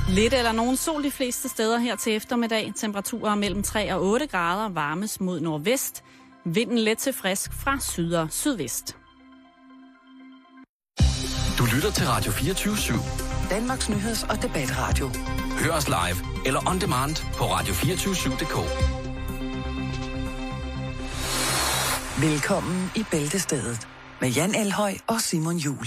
Lidt eller nogen sol de fleste steder her til eftermiddag. Temperaturer mellem 3 og 8 grader, varmes mod nordvest. Vinden let til frisk fra syd og sydvest. Du lytter til Radio 24/7. Danmarks nyheds- og debatradio. Hør os live eller on demand på radio247.dk. Velkommen i Bæltestedet med Jan Elhøj og Simon Jul.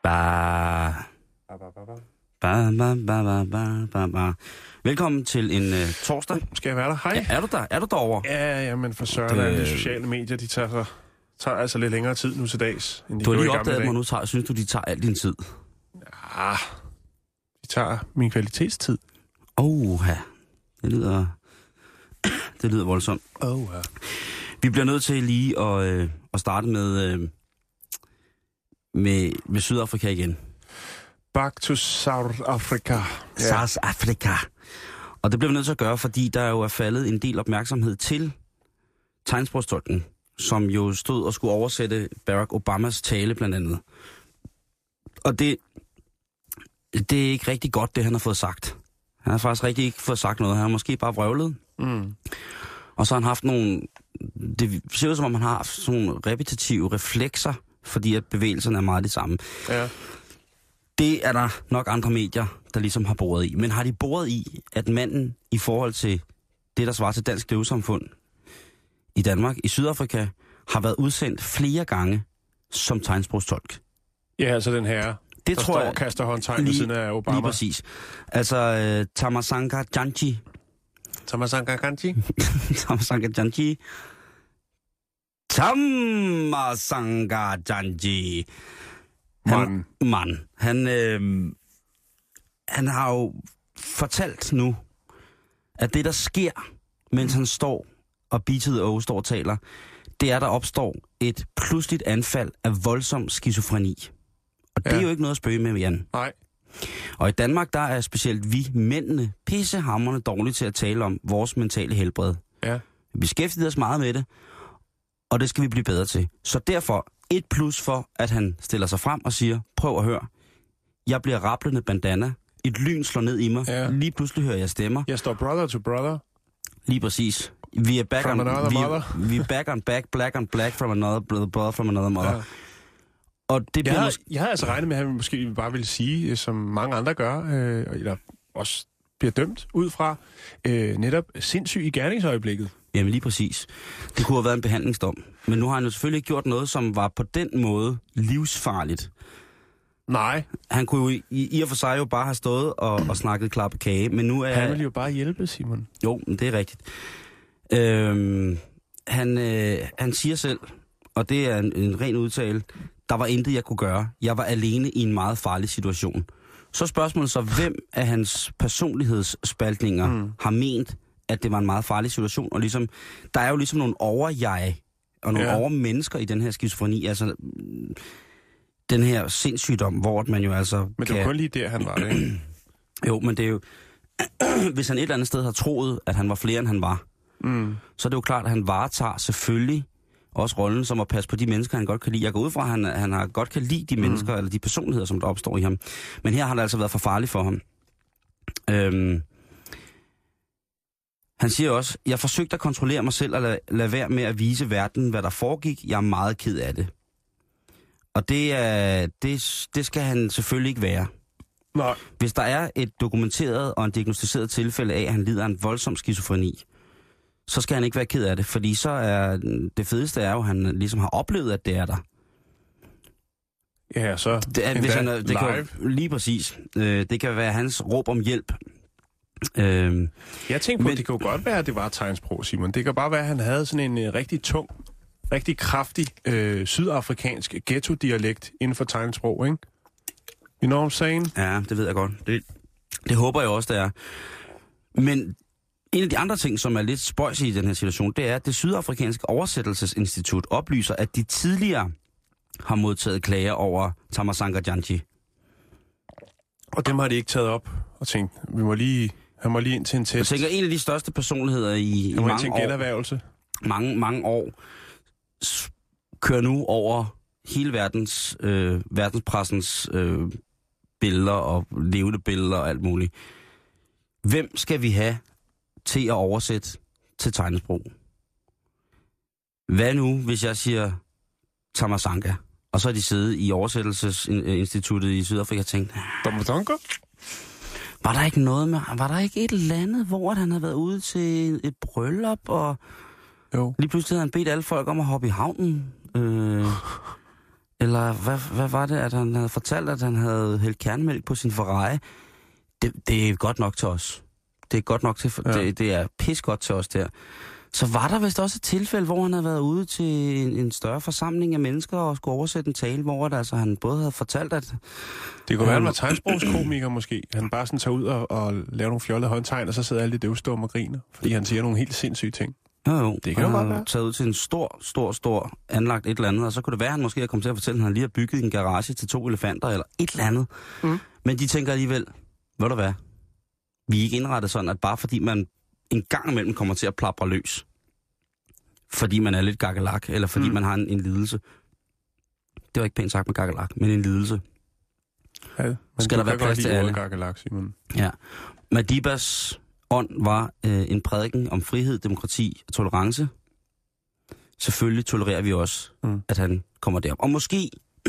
Velkommen til en torsdag. Skal jeg være der? Hej. Ja, er du der? Er du derovre? Ja, men for søren, de sociale medier, de tager altså lidt længere tid nu til dags, end de Du har gjorde lige i gamle opdaget dage. mig nu, synes du, de tager al din tid? Ja, de tager min kvalitetstid. Ja. Det lyder voldsomt. Ja. Vi bliver nødt til lige at starte med Sydafrika igen. Back to South Africa. Ja. South Africa. Og det bliver vi nødt til at gøre, fordi der jo er faldet en del opmærksomhed til tegnsprogstolken, som jo stod og skulle oversætte Barack Obamas tale blandt andet. Og det er ikke rigtig godt, det han har fået sagt. Han har faktisk rigtig ikke fået sagt noget. Han har måske bare vrøvlet. Mm. Og så har han haft nogle... Det ser ud som om, han har haft sådan nogle repetitive reflekser, fordi at bevægelserne er meget de samme. Ja. Det er der nok andre medier, der ligesom har boret i. Men har de boret i, at manden i forhold til det, der svarer til Dansk Døvesamfund i Danmark, i Sydafrika, har været udsendt flere gange som tegnsprogstolk? Ja, altså den her, det der tror står jeg, og kaster håndtegn ved siden af Obama. Lige præcis. Altså Thammasanga Janji. Thammasanga Janji? Thammasanga Janji. Thammasanga Janji. Han har jo fortalt nu, at det, der sker, mens han står og Beat står og taler, det er, der opstår et pludseligt anfald af voldsom skizofreni. Og det er jo ikke noget at spøge med, Jan. Nej. Og i Danmark, der er specielt vi mændene pissehamrende dårlige til at tale om vores mentale helbred. Ja. Vi beskæftiger os meget med det, og det skal vi blive bedre til. Så derfor et plus for, at han stiller sig frem og siger, prøv at høre, jeg bliver rablende bandana, et lyn slår ned i mig, lige pludselig hører jeg stemmer. Jeg står brother to brother. Lige præcis. Vi er back on back, black on black from another brother from another mother. Ja. Og det bliver jeg havde altså regnet med, at han måske bare ville sige, som mange andre gør, eller også bliver dømt ud fra, netop sindssyg i gerningsøjeblikket. Jamen lige præcis. Det kunne have været en behandlingsdom. Men nu har han jo selvfølgelig ikke gjort noget, som var på den måde livsfarligt. Nej. Han kunne jo i og for sig jo bare have stået og snakket klappe kage, men nu er... Han vil jo bare hjælpe, Simon. Jo, det er rigtigt. Han siger selv, og det er en ren udtale, der var intet, jeg kunne gøre. Jeg var alene i en meget farlig situation. Så spørgsmålet så, hvem af hans personlighedsspaltninger har ment, at det var en meget farlig situation? Og ligesom, der er jo ligesom nogle over-jeg og nogle over-mennesker i den her skizofreni. Altså, den her sindssygdom, hvor man jo altså Men det var kun lige der, han var, ikke? Jo, men det er jo... Hvis han et eller andet sted har troet, at han var flere, end han var, så er det jo klart, at han varetager selvfølgelig også rollen som at passe på de mennesker, han godt kan lide. Jeg går ud fra, at han har godt kan lide de mennesker, eller de personligheder, som der opstår i ham. Men her har det altså været for farligt for ham. Han siger også, jeg forsøgte at kontrollere mig selv og lade være med at vise verden, hvad der foregik. Jeg er meget ked af det. Og det skal han selvfølgelig ikke være. Nej. Hvis der er et dokumenteret og en diagnostiseret tilfælde af, at han lider af en voldsom skizofreni, så skal han ikke være ked af det, fordi så er det fedeste er jo, at han ligesom har oplevet, at det er der. Ja, så det kan lige præcis. Det kan være hans råb om hjælp. Jeg tænkte på, at det kunne godt være, at det var tegnsprog, Simon. Det kan bare være, at han havde sådan en rigtig tung, rigtig kraftig sydafrikansk ghetto-dialekt inden for tegnsprog, ikke? You know what I'm saying? Ja, det ved jeg godt. Det håber jeg også, det er. Men en af de andre ting, som er lidt spøjs i den her situation, det er, at det sydafrikanske oversættelsesinstitut oplyser, at de tidligere har modtaget klager over Thammasanga Janji. Og dem har de ikke taget op og tænkt, han må lige ind til en test. Jeg tænker, en af de største personligheder i mange år kører nu over hele verdenspressens billeder og levende billeder og alt muligt. Hvem skal vi have til at oversætte til tegnesprog? Hvad nu, hvis jeg siger Tamasanka, og så har de siddet i oversættelsesinstituttet i Sydafrika og tænkt, Tamasanka? Var der ikke et eller andet, hvor han havde været ude til et bryllup, og jo. Lige pludselig havde han bedt alle folk om at hoppe i havnen? Eller hvad var det, at han havde fortalt, at han havde hældt kernemælk på sin Ferrari? Det er godt nok til os. Det er godt nok til, det er pis godt til os der. Så var der vist også et tilfælde, hvor han havde været ude til en større forsamling af mennesker og skulle oversætte en tale, hvor altså, han både havde fortalt, at... Det kunne være, han var tegnsprogskomiker måske. Han bare sådan tager ud og laver nogle fjollede håndtegn, og så sidder alle de døvstumme og griner, fordi han siger nogle helt sindssyge ting. Jo, det kan jo godt være. Taget ud til en stor anlagt et eller andet, og så kunne det være, at han måske kom til at fortælle, at han lige har bygget en garage til 2 elefanter, eller et eller andet. Mm. Men de tænker alligevel, ved du hvad, vi er ikke indrettet sådan, at bare fordi man en gang imellem kommer til at plapre løs, fordi man er lidt gakkelak, eller fordi man har en lidelse. Det var ikke pænt sagt med gakkelak, men en lidelse. Ja, men skal der være plads til alle. Gakkelak, Simon. Ja. Madibas ånd var en prædiken om frihed, demokrati og tolerance. Selvfølgelig tolererer vi også, at han kommer derop. Og måske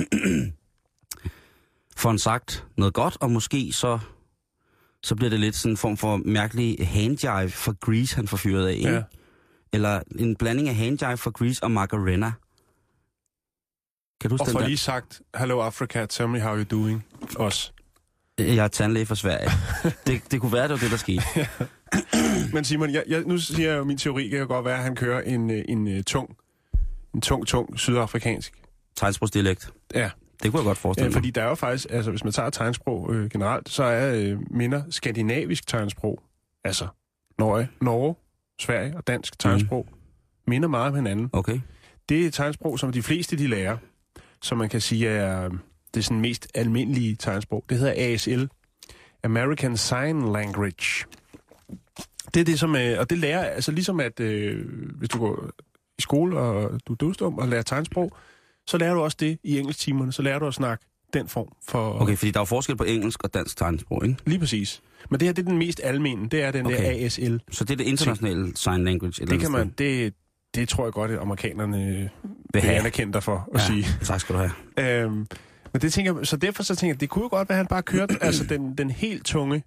får han sagt noget godt, og måske så bliver det lidt sådan en form for mærkelig handjive for Grease, han får fyret af, ikke? Ja. Eller en blanding af handjive for Grease og Macarena. Kan du og for lige sagt, Hello Africa, tell me how you're doing. Os. Jeg er tandlæge fra Sverige. det kunne være, det var det, der skete. Ja. Men Simon, nu siger jeg jo, min teori kan jo godt være, at han kører en tung sydafrikansk tegnsprogsdialekt. Ja. Det kunne jeg godt forestille mig. Fordi der er jo faktisk, altså hvis man tager tegnsprog generelt, så er minder skandinavisk tegnsprog, altså Norge, Sverige og dansk tegnsprog, minder meget om hinanden. Okay. Det er tegnsprog, som de fleste de lærer, som man kan sige er det sådan mest almindelige tegnsprog. Det hedder ASL, American Sign Language. Det er det, som og det lærer, altså ligesom at hvis du går i skole, og du er døvstum og lærer tegnsprog, så lærer du også det i engelsktimerne, så lærer du at snakke den form for... Okay, fordi der er forskel på engelsk og dansk tegnsprog, ikke? Lige præcis. Men det her, det er den mest almene, det er den der ASL. Så det er det internationale sign language? Det kan man, det tror jeg godt, at amerikanerne vil anerkende dig for at sige. Tak skal du have. Men det tænker, så derfor så tænker jeg, det kunne jo godt være, at han bare kørte altså den helt tunge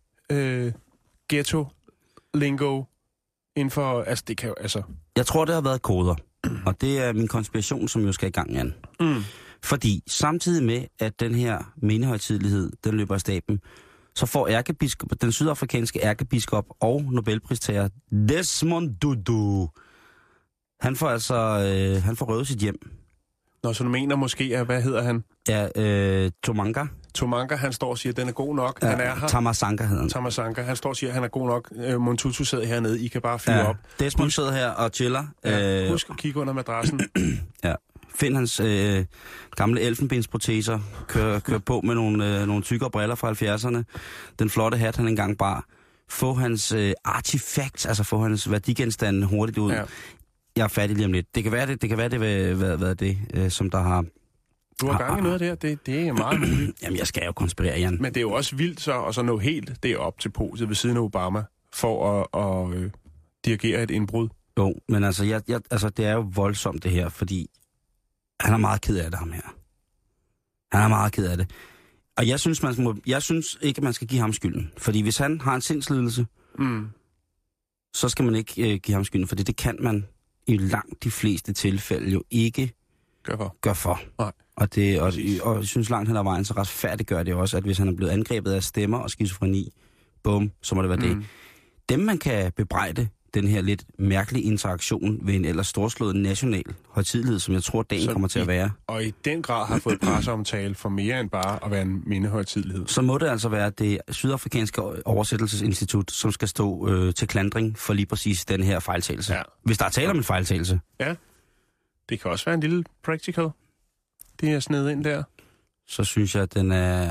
ghetto-lingo inden for... Altså, det kan jo... Altså... Jeg tror, det har været koder. Og det er min konspiration, som jo skal i gang igen. Fordi samtidig med, at den her mindehøjtidelighed, den løber af staben, så får den sydafrikanske ærkebiskop og Nobelpristager Desmond Tutu, han får røvet sit hjem. Nå, så du mener måske, hvad hedder han? Ja, Tomanga. Tomanga, han står og siger, at den er god nok. Ja, han er her. Tamasanka hedder han. Tamasanka, han står og siger, at han er god nok. Montutu sidder hernede, I kan bare fyre op. Desmond sidder her og chiller. Ja, husk at kigge under madrassen. Ja. Find hans gamle elfenbensproteser, kør på med nogle tykkere briller fra 70'erne. Den flotte hat, han engang bar. Få hans artifacts, altså få hans værdigenstande hurtigt ud. Ja. Jeg er færdig lige om lidt. Det kan være, det vil det, som der har... Du har gang i noget af det er meget muligt. Jamen, jeg skal jo konspirere, Jan. Men det er jo også vildt så, og så nå helt det op til poset ved siden af Obama, for at dirigere et indbrud. Jo, men altså, altså, det er jo voldsomt det her, fordi han er meget ked af det, ham her. Han er meget ked af det. Og jeg synes ikke, at man skal give ham skylden. Fordi hvis han har en sindslidelse, så skal man ikke give ham skylden, fordi det kan man i langt de fleste tilfælde jo ikke gør for. Nej. Og jeg synes langt hen ad vejen, så retfærdiggør det også, at hvis han er blevet angrebet af stemmer og skizofreni, bum, så må det være det. Dem, man kan bebrejde den her lidt mærkelige interaktion ved en ellers storslået national højtidelighed, som jeg tror, dagen kommer til at være. Og i den grad har fået presseomtale for mere end bare at være en mindehøjtidelighed. Så må det altså være det sydafrikanske oversættelsesinstitut, som skal stå til klandring for lige præcis den her fejltagelse. Ja. Hvis der er tale om en fejltagelse. Ja, det kan også være en lille practical. Det er snedet ind der. Så synes jeg, at den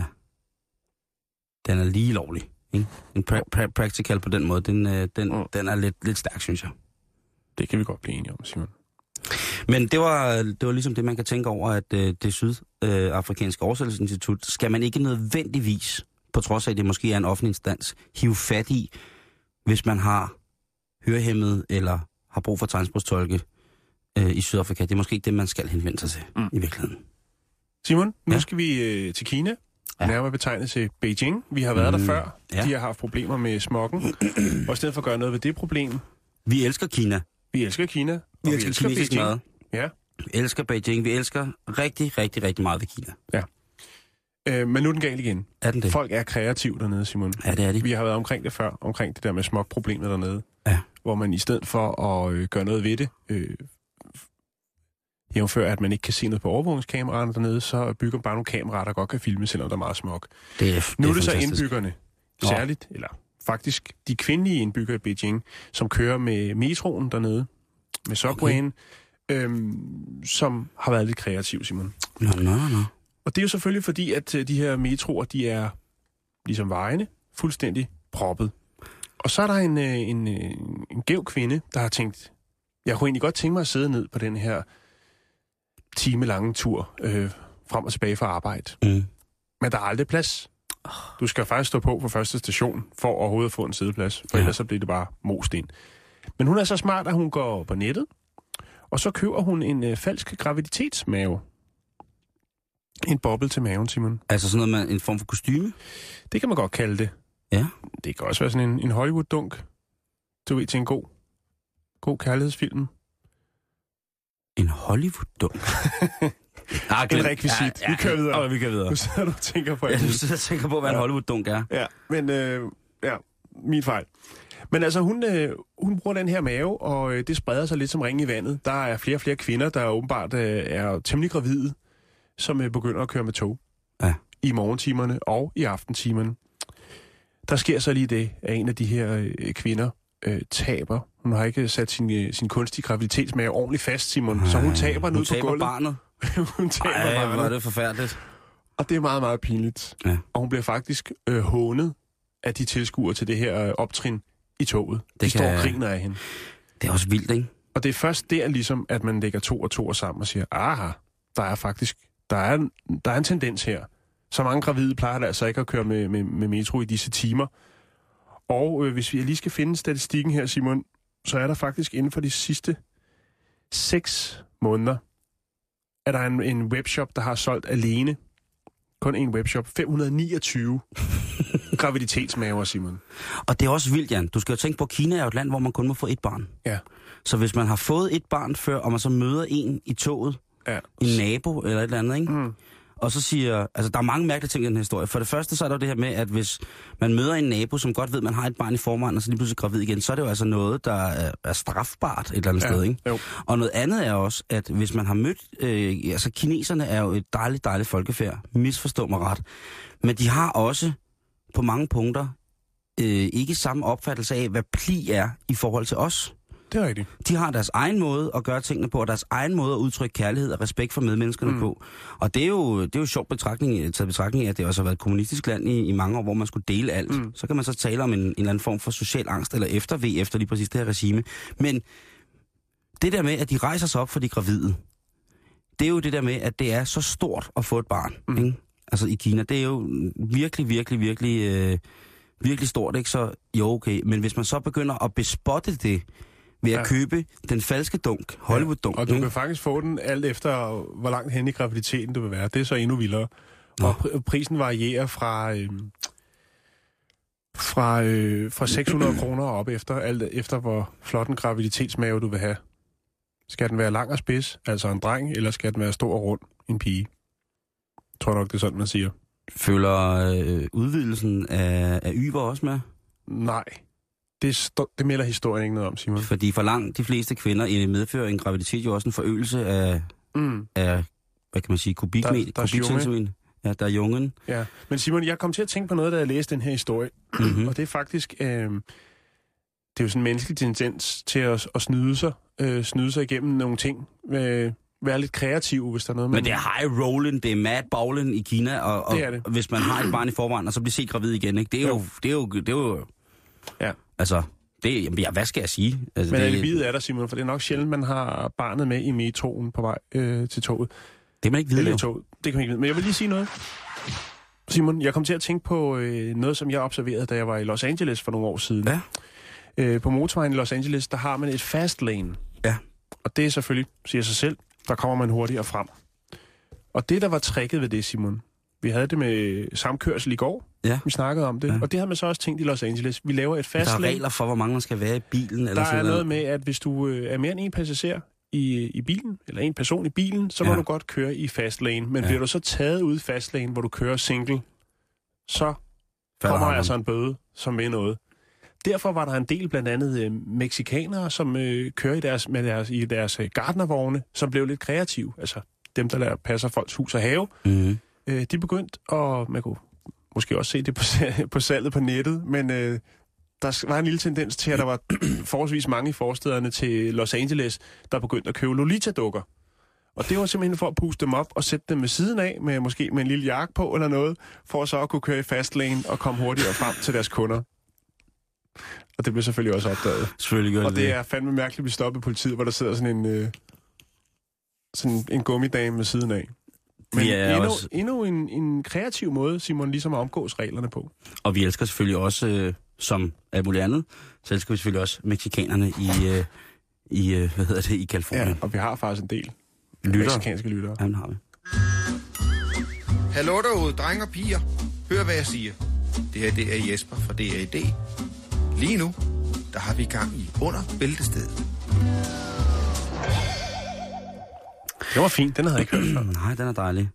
er lige lovlig. En practical på den måde, den er lidt stærk, synes jeg. Det kan vi godt blive enige om, Simon. Men det var ligesom det, man kan tænke over, at det sydafrikanske oversættelsesinstitut skal man ikke nødvendigvis, på trods af, at det måske er en offentlig instans, hive fat i, hvis man har hørehæmmet eller har brug for tegnsprogstolke i Sydafrika. Det er måske ikke det, man skal henvende sig til i virkeligheden. Simon, nu skal vi til Kina. Ja. Nærmere betegnet til Beijing. Vi har været der før. Ja. De har haft problemer med smoggen. Og i stedet for at gøre noget ved det problem... Vi elsker Kina. Vi elsker Kina. Vi elsker kinesisk mad. Ja. Vi elsker Beijing. Vi elsker rigtig, rigtig, rigtig meget ved Kina. Ja. Men nu er den galt igen. Er den det? Folk er kreative dernede, Simon. Ja, det er de. Vi har været omkring det før, omkring det der med smogproblemet dernede. Ja. Hvor man i stedet for at gøre noget ved det, jævnfør at man ikke kan se noget på overvågningskameraerne dernede, så bygger man bare nogle kameraer, der godt kan filme, selvom der er meget smog. Nu er det så indbyggerne, særligt, eller faktisk de kvindelige indbyggere i Beijing, som kører med metroen dernede, med subwayen, som har været lidt kreative, Simon. Nå. Og det er jo selvfølgelig fordi, at de her metroer, de er ligesom vejene, fuldstændig proppet. Og så er der en gæv kvinde, der har tænkt, jeg kunne egentlig godt tænke mig at sidde ned på den her timelange tur frem og tilbage fra arbejde. Men der er aldrig plads. Du skal faktisk stå på første station for overhovedet at få en sædeplads, for ellers så bliver det bare most ind. Men hun er så smart, at hun går på nettet, og så køber hun en falsk graviditetsmave. En boble til maven, Simon. Altså sådan noget med en form for kostyme? Det kan man godt kalde det. Ja. Det kan også være sådan en Hollywood-dunk. Du ved, til en god kærlighedsfilm. En Hollywood-dunk? En rekvisit. Ja, vi kører videre. Vi kører videre. Nu sidder du og tænker på... Ja, du sidder og tænker på, hvad en Hollywood-dunk er. Ja, men min fejl. Men altså, hun bruger den her mave, og det spreder sig lidt som ringe i vandet. Der er flere og flere kvinder, der åbenbart er temmelig gravide, som begynder at køre med tog. Ja. I morgentimerne og i aftentimerne. Der sker så lige det, at en af de her kvinder taber. Hun har ikke sat sin kunstige graviditetsmave ordentligt fast, Simon. Så hun taber ned på gulvet. Barnet. Hun taber barnet. Hvor er det forfærdeligt. Og det er meget, meget pinligt. Ja. Og hun bliver faktisk hånet af de tilskuere til det her optrin i toget. De står og griner af hende. Det er også vildt, ikke? Og det er først der ligesom, at man lægger 2 og 2 sammen og siger, aha, der er faktisk, der er en tendens her. Så mange gravide plejer der altså ikke at køre med metro i disse timer. Og hvis vi lige skal finde statistikken her, Simon, så er der faktisk inden for de sidste 6 måneder, er der en webshop, der har solgt alene, kun en webshop, 529 graviditetsmaver, Simon. Og det er også vildt, Jan. Du skal jo tænke på, at Kina er jo et land, hvor man kun må få 1 barn. Ja. Så hvis man har fået 1 barn før, og man så møder en i toget, en nabo eller et eller andet, ikke? Og så siger... Altså, der er mange mærkelige ting i den her historie. For det første, så er der jo det her med, at hvis man møder en nabo, som godt ved, at man har et barn i forvejen, og så lige pludselig gravid igen, så er det jo altså noget, der er strafbart et eller andet sted, ikke? Jo. Og noget andet er også, at hvis man har mødt... altså, kineserne er jo et dejligt folkefærd. Misforstå mig ret. Men de har også på mange punkter ikke samme opfattelse af, hvad pli er i forhold til os. Det er rigtigt. De har deres egen måde at gøre tingene på, og deres egen måde at udtrykke kærlighed og respekt for medmenneskerne på. Og det er jo sjovt betragtning af, at det også har været et kommunistisk land i mange år, hvor man skulle dele alt. Så kan man så tale om en eller anden form for social angst, eller efter lige præcis det her regime. Men det der med, at de rejser sig op for de gravide, det er jo det der med, at det er så stort at få et barn. Ikke? Altså i Kina, det er jo virkelig stort, ikke? Så jo, okay. Men hvis man så begynder at bespotte det ved at købe den falske dunk, Hollywood-dunk. Og du kan faktisk få den alt efter, hvor langt hen i graviditeten du vil være. Det er så endnu vildere. Og prisen varierer fra 600 kroner op efter, alt efter hvor flot en graviditetsmave du vil have. Skal den være lang og spids, altså en dreng, eller skal den være stor og rund, en pige? Jeg tror nok, det er sådan, man siger. Føler udvidelsen af Yver også med? Nej. Det melder historien ikke noget om, Simon. Fordi for langt de fleste kvinder medfører en graviditet jo også en forøgelse af hvad kan man sige, kubikcentimeter. Ja, der er jungen. Ja, men Simon, jeg kom til at tænke på noget, da jeg læste den her historie. Og det er faktisk, det er jo sådan en menneskelig tendens til at snyde sig igennem nogle ting. Være lidt kreativ, hvis der er noget med... Men det er high rolling, det er mad bowling i Kina, og det er det. Hvis man har et barn i forvejen, og så bliver set gravid igen, ikke? Det er jo ja. Altså, hvad skal jeg sige? Altså, men alibiet er der, Simon, for det er nok sjældent, man har barnet med i metroen på vej til toget. Det kan man ikke vide, det kan man ikke vide. Men jeg vil lige sige noget. Simon, jeg kom til at tænke på noget, som jeg observerede, da jeg var i Los Angeles for nogle år siden. Ja. På motorvejen i Los Angeles, der har man et fast lane. Ja. Og det er selvfølgelig, siger sig selv, der kommer man hurtigere frem. Og det, der var tricket ved det, Simon, vi havde det med samkørsel i går. Ja. Vi snakkede om det. Ja. Og det har man så også tænkt i Los Angeles. Vi laver et fast lane. Der er regler for, hvor mange man skal være i bilen. Eller der sådan er noget med, at hvis du er mere end en passager i bilen, eller en person i bilen, så må du godt køre i fast lane. Men bliver du så taget ud i fast lane, hvor du kører single, så kommer altså en bøde, som vil noget. Derfor var der en del, blandt andet mexikanere, som kører i deres gartnervogne, som blev lidt kreative. Altså dem, der passer folks hus og have. Mm-hmm. De begyndte, og man kunne måske også se det på salget på nettet, men der var en lille tendens til, at der var forholdsvis mange i forstederne til Los Angeles, der begyndte at købe Lolita-dukker. Og det var simpelthen for at puste dem op og sætte dem ved siden af, måske med en lille jakke på eller noget, for så at kunne køre i fast lane og komme hurtigere frem til deres kunder. Og det blev selvfølgelig også opdaget. Selvfølgelig og det er fandme mærkeligt, at vi stopper politiet, hvor der sidder sådan en gummidame ved siden af. Men endnu en kreativ måde, Simon, ligesom at omgås reglerne på. Og vi elsker selvfølgelig også, som alt muligt andet, så elsker vi selvfølgelig også mexikanerne i Californien. Ja, og vi har faktisk en del mexikanske lyttere. Jamen har vi. Hallo derude, drenge og piger. Hør, hvad jeg siger. Det her, det er Jesper fra DAD. Lige nu, der har vi gang i Under Bæltestedet. Det var fint, den havde jeg ikke hørt før. Nej, den er dejlig.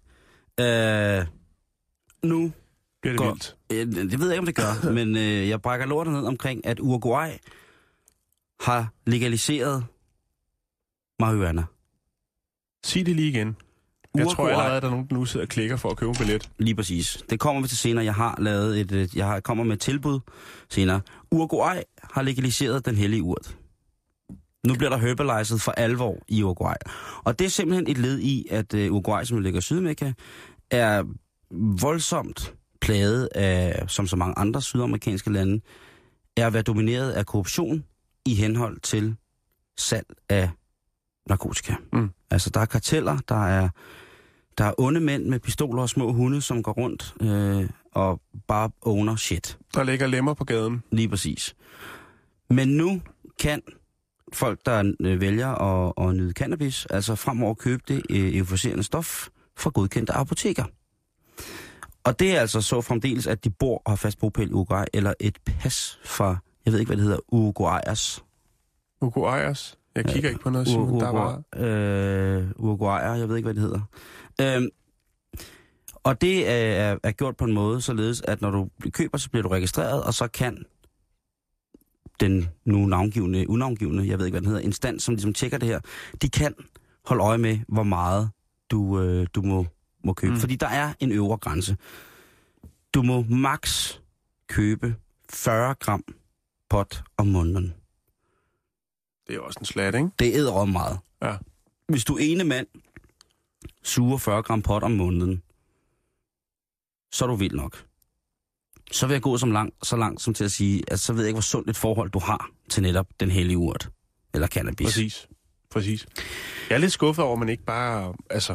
Nu bliver det vildt. Det ved jeg ikke, om det gør, men jeg brækker lortet ned omkring, at Uruguay har legaliseret marihuana. Sig det lige igen. Jeg tror allerede, at der er nogen, der nu sidder og klikker for at købe en billet. Lige præcis. Det kommer vi til senere. Jeg har lavet jeg kommer med et tilbud senere. Uruguay har legaliseret den hellige urt. Nu bliver der herbalized for alvor i Uruguay. Og det er simpelthen et led i, at Uruguay, som ligger i Sydamerika, er voldsomt plaget af, som så mange andre sydamerikanske lande, er at være domineret af korruption i henhold til salg af narkotika. Mm. Altså, der er karteller, der er onde mænd med pistoler og små hunde, som går rundt og bare owner shit. Der ligger lemmer på gaden. Lige præcis. Men nu kan folk, der vælger at nyde cannabis, altså fremover købe det euforiserende stof fra godkendte apoteker. Og det er altså så fremdeles, at de bor og har fast bopæl i Uruguay, eller et pas fra, jeg ved ikke, hvad det hedder, Uruguayers. Uruguayers? Jeg kigger ikke på noget, Simon. Der var Uruguayer, jeg ved ikke, hvad det hedder. Og det er gjort på en måde, således at når du køber, så bliver du registreret, og så kan den nu unavngivne, jeg ved ikke, hvad den hedder, instans, som ligesom tjekker det her, de kan holde øje med, hvor meget du må købe. Fordi der er en øvre grænse. Du må max købe 40 gram pot om måneden. Det er også en slat, ikke? Det æder om meget. Ja. Hvis du ene mand suger 40 gram pot om måneden, så er du vild nok. Så vil jeg gå så langt som til at sige, at så ved jeg ikke, hvor sundt et forhold du har til netop den hellige urt. Eller cannabis. Præcis. Jeg er lidt skuffet over, at man ikke bare,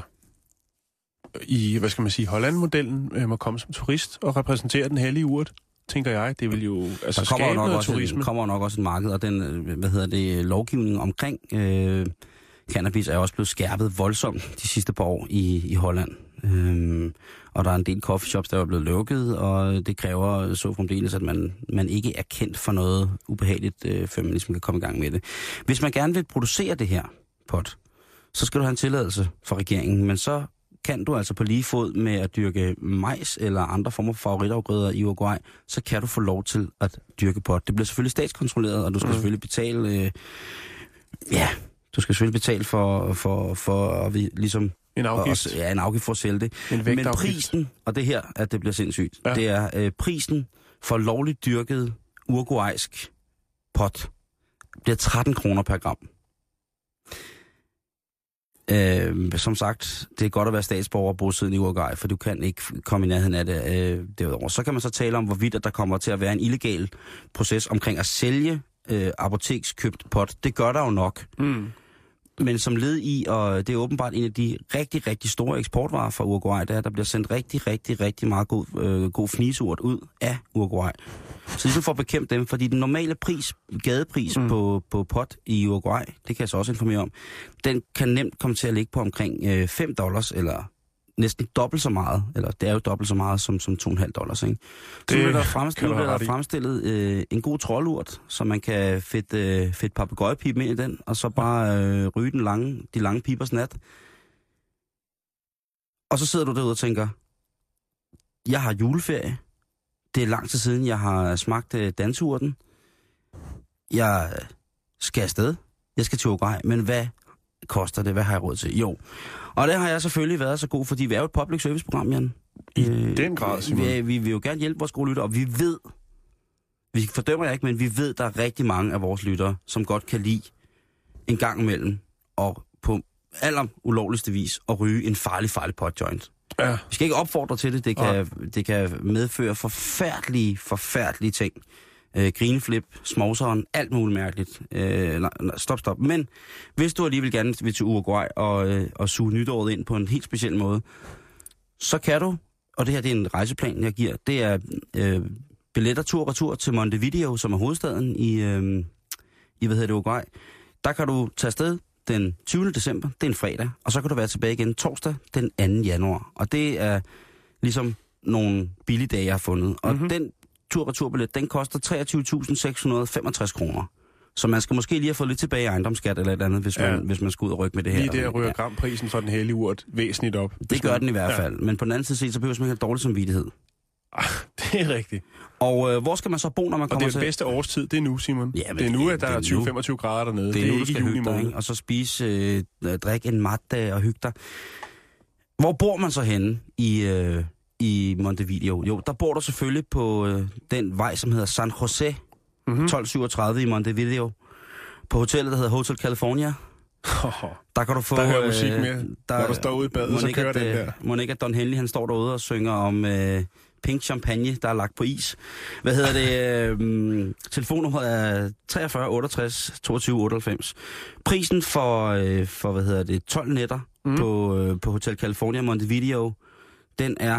i, Holland-modellen må komme som turist og repræsentere den hellige urt, tænker jeg. Det vil jo skabe noget turisme. Der kommer nok også et marked, og den, lovgivning omkring cannabis er også blevet skærpet voldsomt de sidste par år i Holland. Og der er en del coffeeshops, der er blevet lukket, og det kræver så fremdeles, at man ikke er kendt for noget ubehageligt, før man ligesom kan komme i gang med det. Hvis man gerne vil producere det her pot, så skal du have en tilladelse fra regeringen, men så kan du altså på lige fod med at dyrke majs eller andre former for favoritafgrøder i Uruguay, så kan du få lov til at dyrke pot. Det bliver selvfølgelig statskontrolleret, og du skal selvfølgelig betale... du skal selvfølgelig betale for ligesom... En afgift. En afgift for at sælge det. Men prisen, og det her, at det bliver sindssygt, det er prisen for lovligt dyrket uruguaysk pot, bliver 13 kroner per gram. Som sagt, det er godt at være statsborger og bosiddende i Uruguay, for du kan ikke komme i nærheden af det derudover. Så kan man så tale om, hvorvidt at der kommer til at være en illegal proces omkring at sælge apotekskøbt pot. Det gør der jo nok. Men som led i, og det er åbenbart en af de rigtig, rigtig store eksportvarer fra Uruguay, der bliver sendt rigtig, rigtig, rigtig meget god fniseurt ud af Uruguay. Så ligesom for at bekæmpe dem, fordi den normale gadepris på pot i Uruguay, det kan jeg så også informere om, den kan nemt komme til at ligge på omkring $5, eller næsten dobbelt så meget, eller det er jo dobbelt så meget som $2,5, ikke? Så nu er der fremstillet en god troldurt, så man kan fedt papegøjepipe med i den, og så bare ryge de lange pibers nat. Og så sidder du derude og tænker, jeg har juleferie. Det er lang tid siden, jeg har smagt dansurten. Jeg skal afsted. Jeg skal til Uruguay, men hvad koster det? Hvad har jeg råd til? Jo. Og det har jeg selvfølgelig været så god, fordi vi er jo et public service-program, Jan. I den grad, Simon. Vi vil jo gerne hjælpe vores gode lyttere, og vi fordømmer jer ikke, men vi ved, der er rigtig mange af vores lyttere, som godt kan lide en gang imellem, og på aller ulovligste vis, at ryge en farlig potjoint. Ja. Vi skal ikke opfordre til det. Det kan medføre forfærdelige ting. Grineflip, smovseren, alt muligt mærkeligt. Stop. Men hvis du alligevel gerne vil til Uruguay og suge nytåret ind på en helt speciel måde, så kan du, og det her det er en rejseplan, jeg giver, det er billetter tur-retur til Montevideo, som er hovedstaden i Uruguay. Der kan du tage afsted den 20. december, det er en fredag, og så kan du være tilbage igen torsdag den 2. januar. Og det er ligesom nogle billige dage, jeg har fundet. Og den tur-returbillet, den koster 23.665 kroner. Så man skal måske lige have fået lidt tilbage i ejendomsskat eller et andet, hvis man skal ud og rykke med det her. Lige der ryger gramprisen for den hellige urt væsentligt op. Det gør den i hvert fald. Men på den anden side så behøver man ikke have dårlig samvittighed. Det er rigtigt. Og hvor skal man så bo, når man kommer til? Og det er den bedste årstid, det er nu, Simon. Ja, det er nu, at der er 20-25 grader dernede. Det er nu, du skal hygge dig, og så spise, drikke en mat og hygge dig. Hvor bor man så henne i Montevideo? Jo, der bor du selvfølgelig på den vej, som hedder San Jose, 1237 i Montevideo. På hotellet, der hedder Hotel California. Der kan du få... Der hører musik med, når du står ude i badet, så kører den der. Monika Don Henley, han står derude og synger om pink champagne, der er lagt på is. Telefonnummeret er 43 68 22 98. Prisen for 12 nætter på Hotel California Montevideo, den er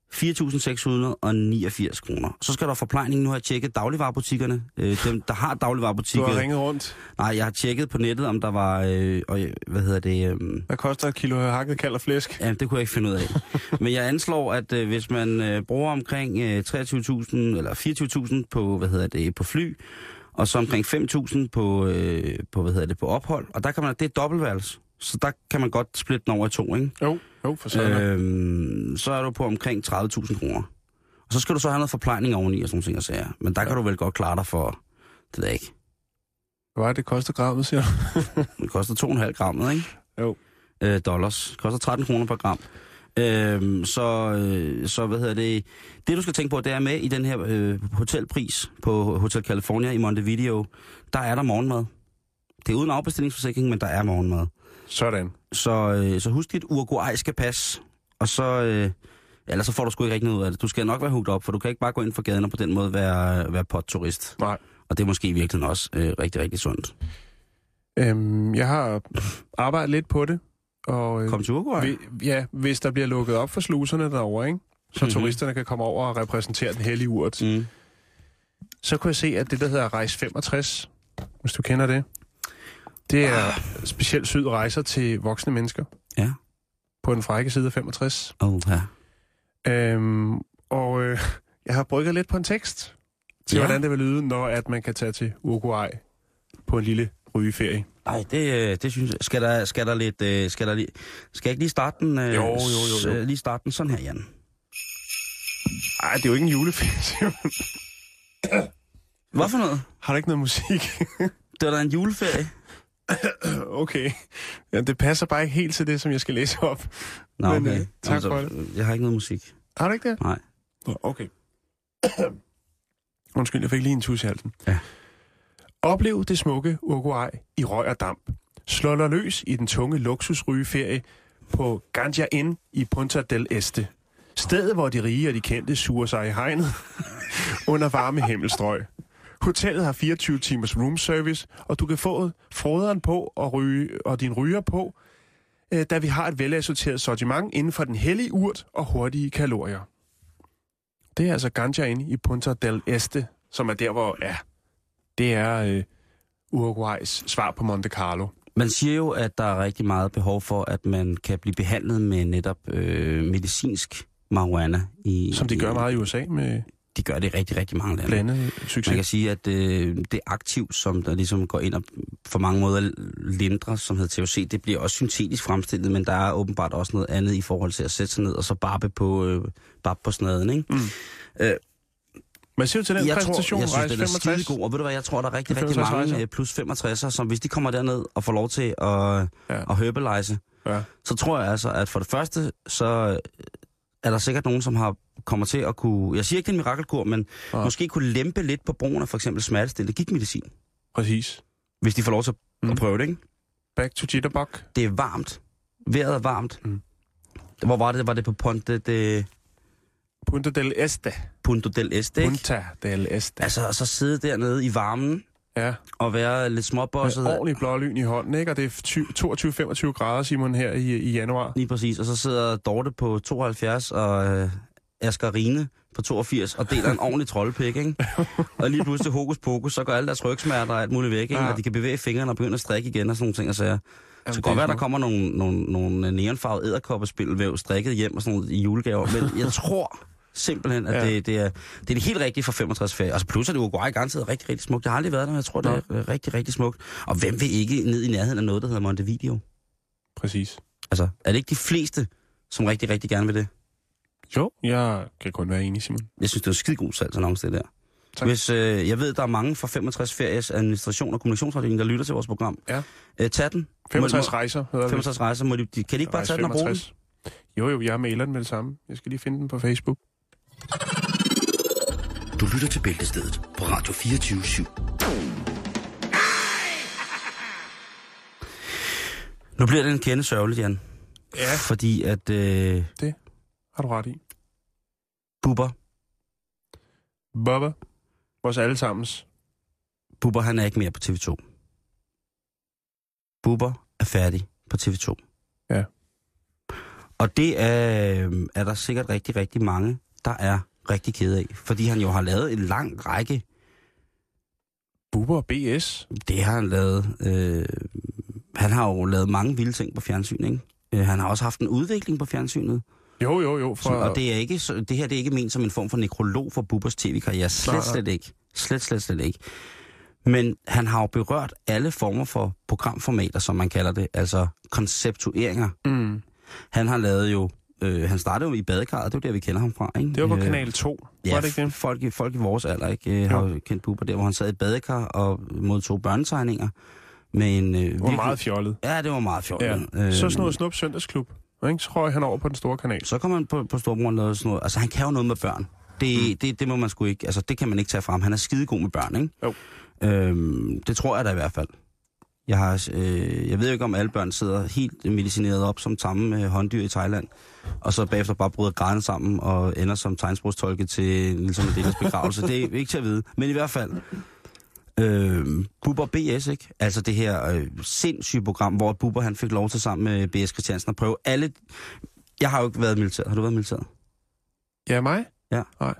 4.689 kroner. Så skal der forplejning. Nu har jeg tjekket dagligvarebutikkerne. Dem, der har dagligvarebutikker. Du har ringet rundt? Nej, jeg har tjekket på nettet, om der var... Hvad koster et kilo hakket kald og flæsk? Ja, det kunne jeg ikke finde ud af. Men jeg anslår, at hvis man bruger omkring 23.000 eller 24.000 på fly, og så omkring 5.000 på ophold, og der kan man... Det er dobbeltværelse. Så der kan man godt splitte den over i to, ikke? Jo, for sådan. Så er du på omkring 30.000 kroner. Og så skal du så have noget forplejning oveni og sådan nogle ting, sager. Men der kan du vel godt klare dig for, det der ikke. Hvad det koster grammet, siger du? Det koster 2,5 grammet, ikke? Jo. Dollars. Det koster 13 kroner per gram. Det du skal tænke på, det er med i den her hotelpris på Hotel California i Montevideo. Der er der morgenmad. Det er uden afbestillingsforsikring, men der er morgenmad. Sådan. Så husk dit uruguayske pas, og så... ellers så får du sgu ikke rigtig noget ud af det. Du skal nok være hooked op, for du kan ikke bare gå ind for gaden og på den måde være potturist. Nej. Og det er måske i virkeligheden også rigtig, rigtig sundt. Jeg har arbejdet lidt på det. Og, kom til Uruguay? Hvis der bliver lukket op for sluserne derovre, ikke? Så turisterne kan komme over og repræsentere den hellige urt. Så kunne jeg se, at det, der hedder Rejse 65, hvis du kender det, det er specielt syede rejser til voksne mennesker. Ja. På den frække side af 65. Ja. Jeg har brygget lidt på en tekst til, hvordan det vil lyde, når at man kan tage til Uruguay på en lille rygeferie. Nej, det synes jeg. Skal jeg ikke lige starte den? Jo. Lige starte den sådan her, Jan. Nej, det er jo ikke en juleferie. Hvad for noget? Har du ikke noget musik? Det var da en juleferie. Okay. Ja, det passer bare ikke helt til det, som jeg skal læse op. Nå, okay. Men, tak for det. Jeg har ikke noget musik. Har du ikke det? Nej. Okay. Undskyld, jeg fik lige en tus i halsen. Ja. Oplev det smukke Uruguay i røg og damp. Slå dig løs i den tunge luksusrygeferie på Ganja Inn i Punta del Este. Stedet, hvor de rige og de kendte suger sig i hegnet under varme himmelstrøg. Hotellet har 24 timers room service, og du kan få froderen på og din ryger på, da vi har et velassorteret sortiment inden for den hellige urt og hurtige kalorier. Det er altså ganja inde i Punta del Este, som er der, hvor det er Uruguays svar på Monte Carlo. Man siger jo, at der er rigtig meget behov for, at man kan blive behandlet med netop medicinsk marihuana. Som de gør meget i USA med... De gør det i rigtig, rigtig mange lande. Blandet succes. Man kan sige, at det aktiv, som der ligesom går ind og for mange måder lindrer, som hedder THC, det bliver også syntetisk fremstillet, men der er åbenbart også noget andet i forhold til at sætte sig ned og så barbe på snaden, ikke? Man siger til den præsentation, jeg synes, det er skide god, og ved du hvad, jeg tror, der er rigtig, rigtig mange plus 65'er, som hvis de kommer derned og får lov til at herbalize, så tror jeg altså, at for det første, så er der sikkert nogen, som kommer til at kunne, jeg siger ikke, det er en mirakelkur, men måske kunne lempe lidt på brugen af for eksempel smertestillende gigtmedicin. Præcis. Hvis de får lov til at prøve det, ikke? Back to Jitterbug. Det er varmt. Vejret er varmt. Hvor var det? Var det på Punta del Este. Punta del Este, ikke? Punta del Este. Altså, så sidde dernede i varmen, og være lidt småbosset. Med ordentlig blålyn i hånden, ikke? Og det er 22-25 grader, Simon, her i januar. Lige præcis. Og så sidder Dorte på 72 og Asger Rine på 82 og deler en ordentlig troldepik, ikke? Og lige pludselig hokus pokus, så går alle deres rygsmerter og alt muligt væk, ikke? Og de kan bevæge fingrene og begynde at strikke igen og sådan nogle ting og sager. Så kan godt være, der kommer nogle neonfarvede edderkoppespilvæv strikket hjem og sådan noget i julegaver, men jeg tror simpelthen, at det er det helt rigtige for 65 ferie. Altså plus er det Uruguay garanteret rigtig, rigtig smukt. Jeg har aldrig været der, men jeg tror, det er rigtig, rigtig smukt. Og hvem vil ikke ned i nærheden af noget, der hedder Montevideo? Præcis. Altså, er det ikke de fleste, som rigtig, rigtig gerne vil det? Jo, jeg kan kun være enig, Simon. Jeg synes, det er en skidegod salgsannonce, det der. Tak. Hvis, jeg ved, der er mange fra 65 feries administration og kommunikationsafdeling, der lytter til vores program. Ja. Tag den. 65 rejser. 65 rejser. Kan de ikke bare tage den og bruge den? Jo, jeg mailer den med det samme. Jeg skal lige finde den på Facebook. Du lytter til Bæltestedet på Radio 24/7. Nu bliver det en kende sørgeligt, Jan. Ja. Fordi at... det har du ret i. Bubber. Vores allesammens. Bubber, han er ikke mere på TV2. Bubber er færdig på TV2. Ja. Og det er der sikkert rigtig, rigtig mange, der er rigtig kede af. Fordi han jo har lavet en lang række... Bubber og BS? Det har han lavet. Han har jo lavet mange vilde ting på fjernsyn, ikke? Han har også haft en udvikling på fjernsynet. Jo. Og det her det er ikke ment som en form for nekrolog for Bubbers tv-karriere. Slet ikke. Slet ikke. Men han har jo berørt alle former for programformater, som man kalder det. Altså konceptueringer. Mm. Han har lavet jo... han startede jo i badekarret, det er jo der, vi kender ham fra, ikke? Det var på Kanal 2, var det ikke det? Folk i vores alder, ikke? Har jo kendt Bubber der, hvor han sad i et badekar og modtog børnetegninger. Med en, det var meget fjollet. Ja, det var meget fjollet. Ja. Så sådan noget Snup Søndagsklub. Ikke? Så røg han over på den store kanal. Så kom han på Storbror og lavede sådan noget. Altså, han kan jo noget med børn. Det må man sgu ikke... Altså, det kan man ikke tage frem. Han er skidegod med børn, ikke? Jo. Det tror jeg da i hvert fald. Jeg ved jo ikke, om alle børn sidder helt medicineret op som tamme hånddyr i Thailand, og så bagefter bare bryder grædende sammen og ender som tegnsprogstolke til Niels Mandelas begravelse. Det er ikke til at vide. Men i hvert fald... Bubber BS, ikke? Altså det her sindssyge program, hvor Bubber han fik lov til sammen med B.S. Christiansen at prøve alle... Jeg har jo ikke været i militæret. Har du været i militæret? Ja, mig? Ja. Nej.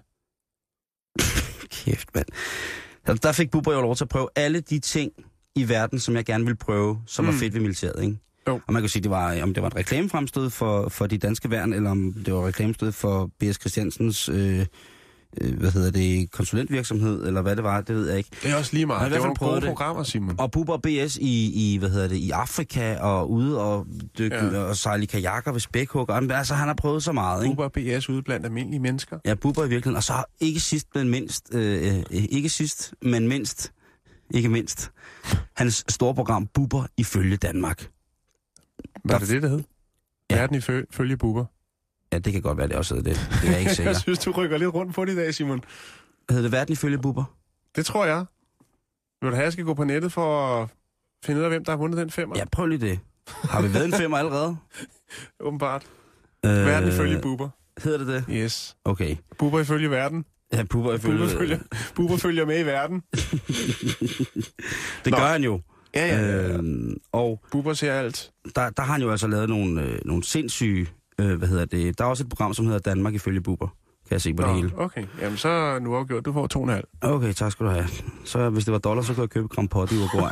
Kæft, mand. Der fik Bubber jo lov til at prøve alle de ting i verden, som jeg gerne ville prøve, som var fedt ved militæret, ikke? Jo. Og man kan sige, om det var et reklamefremstød for de danske værn, eller om det var et reklamestød for B.S. Christiansens... konsulentvirksomhed, eller hvad det var, det ved jeg ikke. Det er også lige meget. Det var nogle gode programmer, Simon. Og Bubber og BS i Afrika, og ude og dykke og sejle i kajakker ved spækhugger. Altså, han har prøvet så meget, ikke? Bubber og BS ude blandt almindelige mennesker. Ja, Bubber i virkeligheden. Og så ikke mindst, hans store program, Bubber ifølge Danmark. Var det hed? Ja. Verden ifølge Bubber. Ja, det kan godt være, det også hedder det. Det er jeg ikke sikker. Jeg synes, du rykker lidt rundt på det i dag, Simon. Hedder det Verden ifølge Bubber? Det tror jeg. Vil du have, jeg skal gå på nettet for at finde ud af, hvem der har vundet den 5'er? Ja, prøv lige det. Har vi været en 5'er allerede? Åbenbart. Verden ifølge Bubber. Hedder det det? Yes. Okay. Bubber ifølge verden. Ja, Bubber følger med i verden. Det gør han jo. Ja. Og Bubber ser alt. Der har han jo altså lavet nogle sindssyge... Der er også et program, som hedder Danmark ifølge Bubber. Kan jeg se på det hele. Okay, jamen så er nu afgjort. Du får 2,5. Okay, tak skal du have. Så hvis det var dollar, så kunne jeg købe Grand Pot i Uruguay.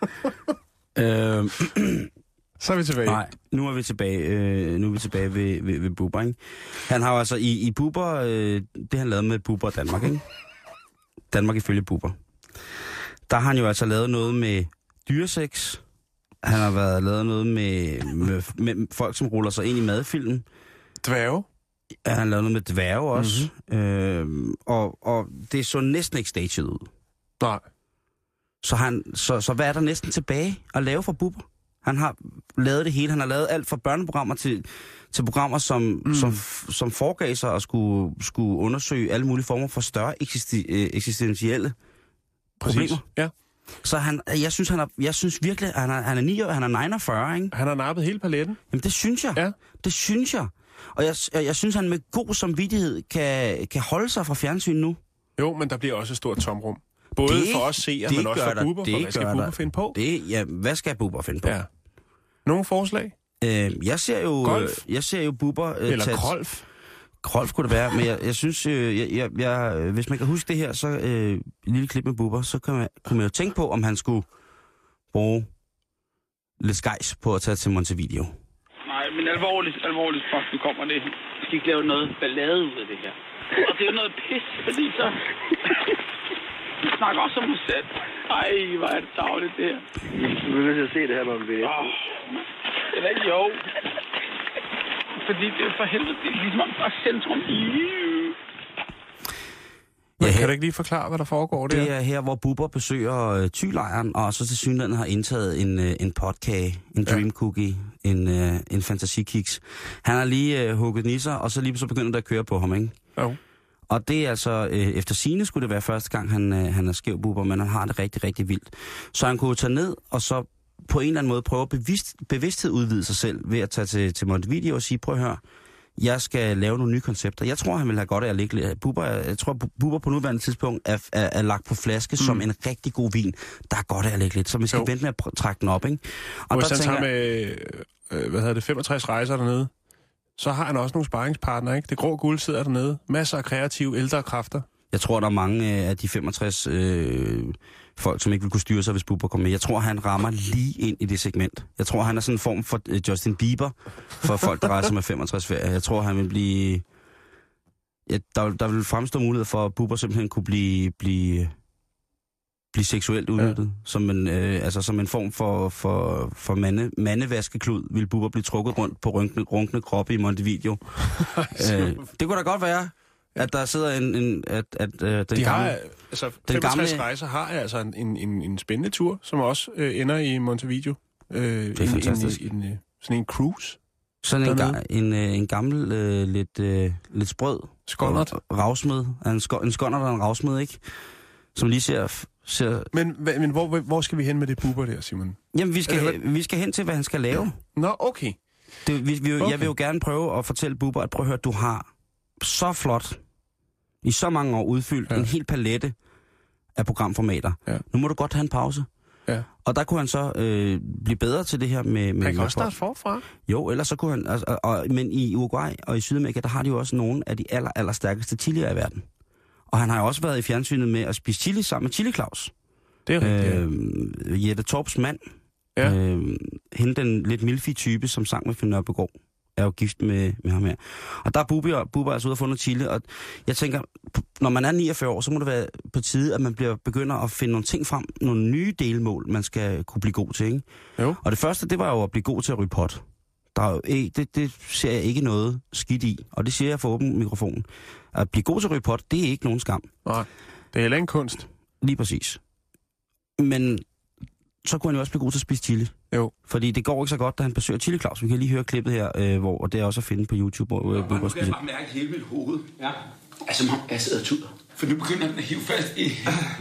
Så er vi tilbage. Nej, nu er vi tilbage ved Bubber, ikke? Han har jo altså i Bubber, det han lavede med Bubber og Danmark, ikke? Danmark ifølge Bubber. Der har han jo altså lavet noget med dyresex. Han har lavet noget med folk, som ruller sig ind i madfilmen. Dværge? Ja, han har lavet noget med dværge også. Mm-hmm. Og det så næsten ikke staged ud. Nej. Så hvad er der næsten tilbage at lave for Bubber? Han har lavet det hele. Han har lavet alt fra børneprogrammer til programmer, som foregav sig og skulle undersøge alle mulige former for større eksistentielle problemer. Ja. Så jeg synes virkelig, at han er 9 år, han er 49, ikke? Han har nappet hele paletten. Jamen det synes jeg. Ja. Det synes jeg. Og jeg synes, han med god samvittighed kan holde sig fra fjernsyn nu. Jo, men der bliver også et stort tomrum. Både for os seere, men også for Bubber. Hvad skal Bubber finde på? Hvad skal Bubber finde på? Ja. Nogle forslag? Jeg ser jo Bubber... Eller Krolf? Krolf kunne det være, men jeg synes... hvis man kan huske det her, så et lille klip med Bubber, så kunne man jo tænke på, om han skulle bruge lidt skejs på at tage til Montevideo. Nej, men alvorligt, fuck, nu kommer det. Vi skal ikke lave noget ballade ud af det her. Og det er jo noget pis, fordi så... Vi snakker også om os selv. Ej, hvor er det dagligt, det her. Du vil nødt til at se det her, når vi vil. Eller ikke, jo. Fordi det er for helvede, det er ligesom bare centrum i... Men kan du ikke lige forklare, hvad der foregår der? Det er her, hvor Bubber besøger Thylejren, og så til synligheden har indtaget en potkage, en dream cookie, en fantasikiks. Han har lige hugget den i sig, og så lige så begynder det at køre på ham, ikke? Jo. Og det er altså, efter sigende skulle det være første gang, han er skæv Bubber, men han har det rigtig, rigtig vildt. Så han kunne tage ned, og så på en eller anden måde prøve at bevidsthed udvide sig selv, ved at tage til Montevideo og sige, prøv at høre, jeg skal lave nogle nye koncepter. Jeg tror, han vil have godt af at ligge lidt. Jeg tror, Bubber på nuværende tidspunkt er lagt på flaske som en rigtig god vin. Der er godt af at ligge lidt, så man skal vente med at trække den op, ikke? Og hvis han tager med, 65 rejser dernede, så har han også nogle sparringspartnere, ikke? Det grå guld sidder dernede. Masser af kreative, ældre kræfter. Jeg tror, der er mange af de 65 folk, som ikke vil kunne styre sig, hvis Bubber kommer med. Jeg tror, han rammer lige ind i det segment. Jeg tror, han er sådan en form for Justin Bieber for folk, der rejser med 65 ferie. Jeg tror, han vil blive... Ja, der vil fremstå mulighed for, at Bubber simpelthen kunne blive seksuelt udnyttet. Ja. Som en form for mandevaskeklud vil Bubber blive trukket rundt på runkende kroppe i Montevideo. Det kunne da godt være, at der sidder den gamle... Altså, 65 rejser har altså en spændende tur, som også ender i Montevideo. Det er fantastisk. Sådan en cruise. Sådan en gammel, lidt sprød... Skåndert. Ravsmed. En skåndert og en ravsmed, ikke? Som lige ser... Men hvor skal vi hen med det Bubber der, Simon? Jamen, vi skal hen til, hvad han skal lave. Nå, okay. Jeg vil jo gerne prøve at fortælle Bubber, at prøv at høre, du har så flot, i så mange år udfyldt, en hel palette af programformater. Ja. Nu må du godt have en pause. Ja. Og der kunne han så blive bedre til det her med... Han kan også starte forfra. Jo, ellers så kunne han... men i Uruguay og i Sydamerika, der har de jo også nogle af de aller stærkeste chilier i verden. Og han har jo også været i fjernsynet med at spise chili sammen med Chili Claus. Det er rigtigt, Jette Torps mand. Ja. Hende den lidt milfige type, som sang med Finn Nørbegaard, er jo gift med ham her. Og der er Bubber altså ude og fundet chili, og jeg tænker, når man er 49 år, så må det være på tide, at man begynder at finde nogle ting frem, nogle nye delmål, man skal kunne blive god til, ikke? Jo. Og det første, det var jo at blive god til at ryge pot. Der er jo det ser jeg ikke noget skidt i, og det siger jeg for åben mikrofon. At blive god til at ryge pot, det er ikke nogen skam. Nej, det er heller en kunst. Lige præcis. Men så kunne han jo også blive god til at spise chili. Jo. Fordi det går ikke så godt, da han besøger Chili Claus. Vi kan lige høre klippet her, hvor det er også at finde på YouTube. Hvor man kan bare mærke hele mit hoved. Ja. Altså, jeg sidder og tuder. For nu begynder han at hive fast i...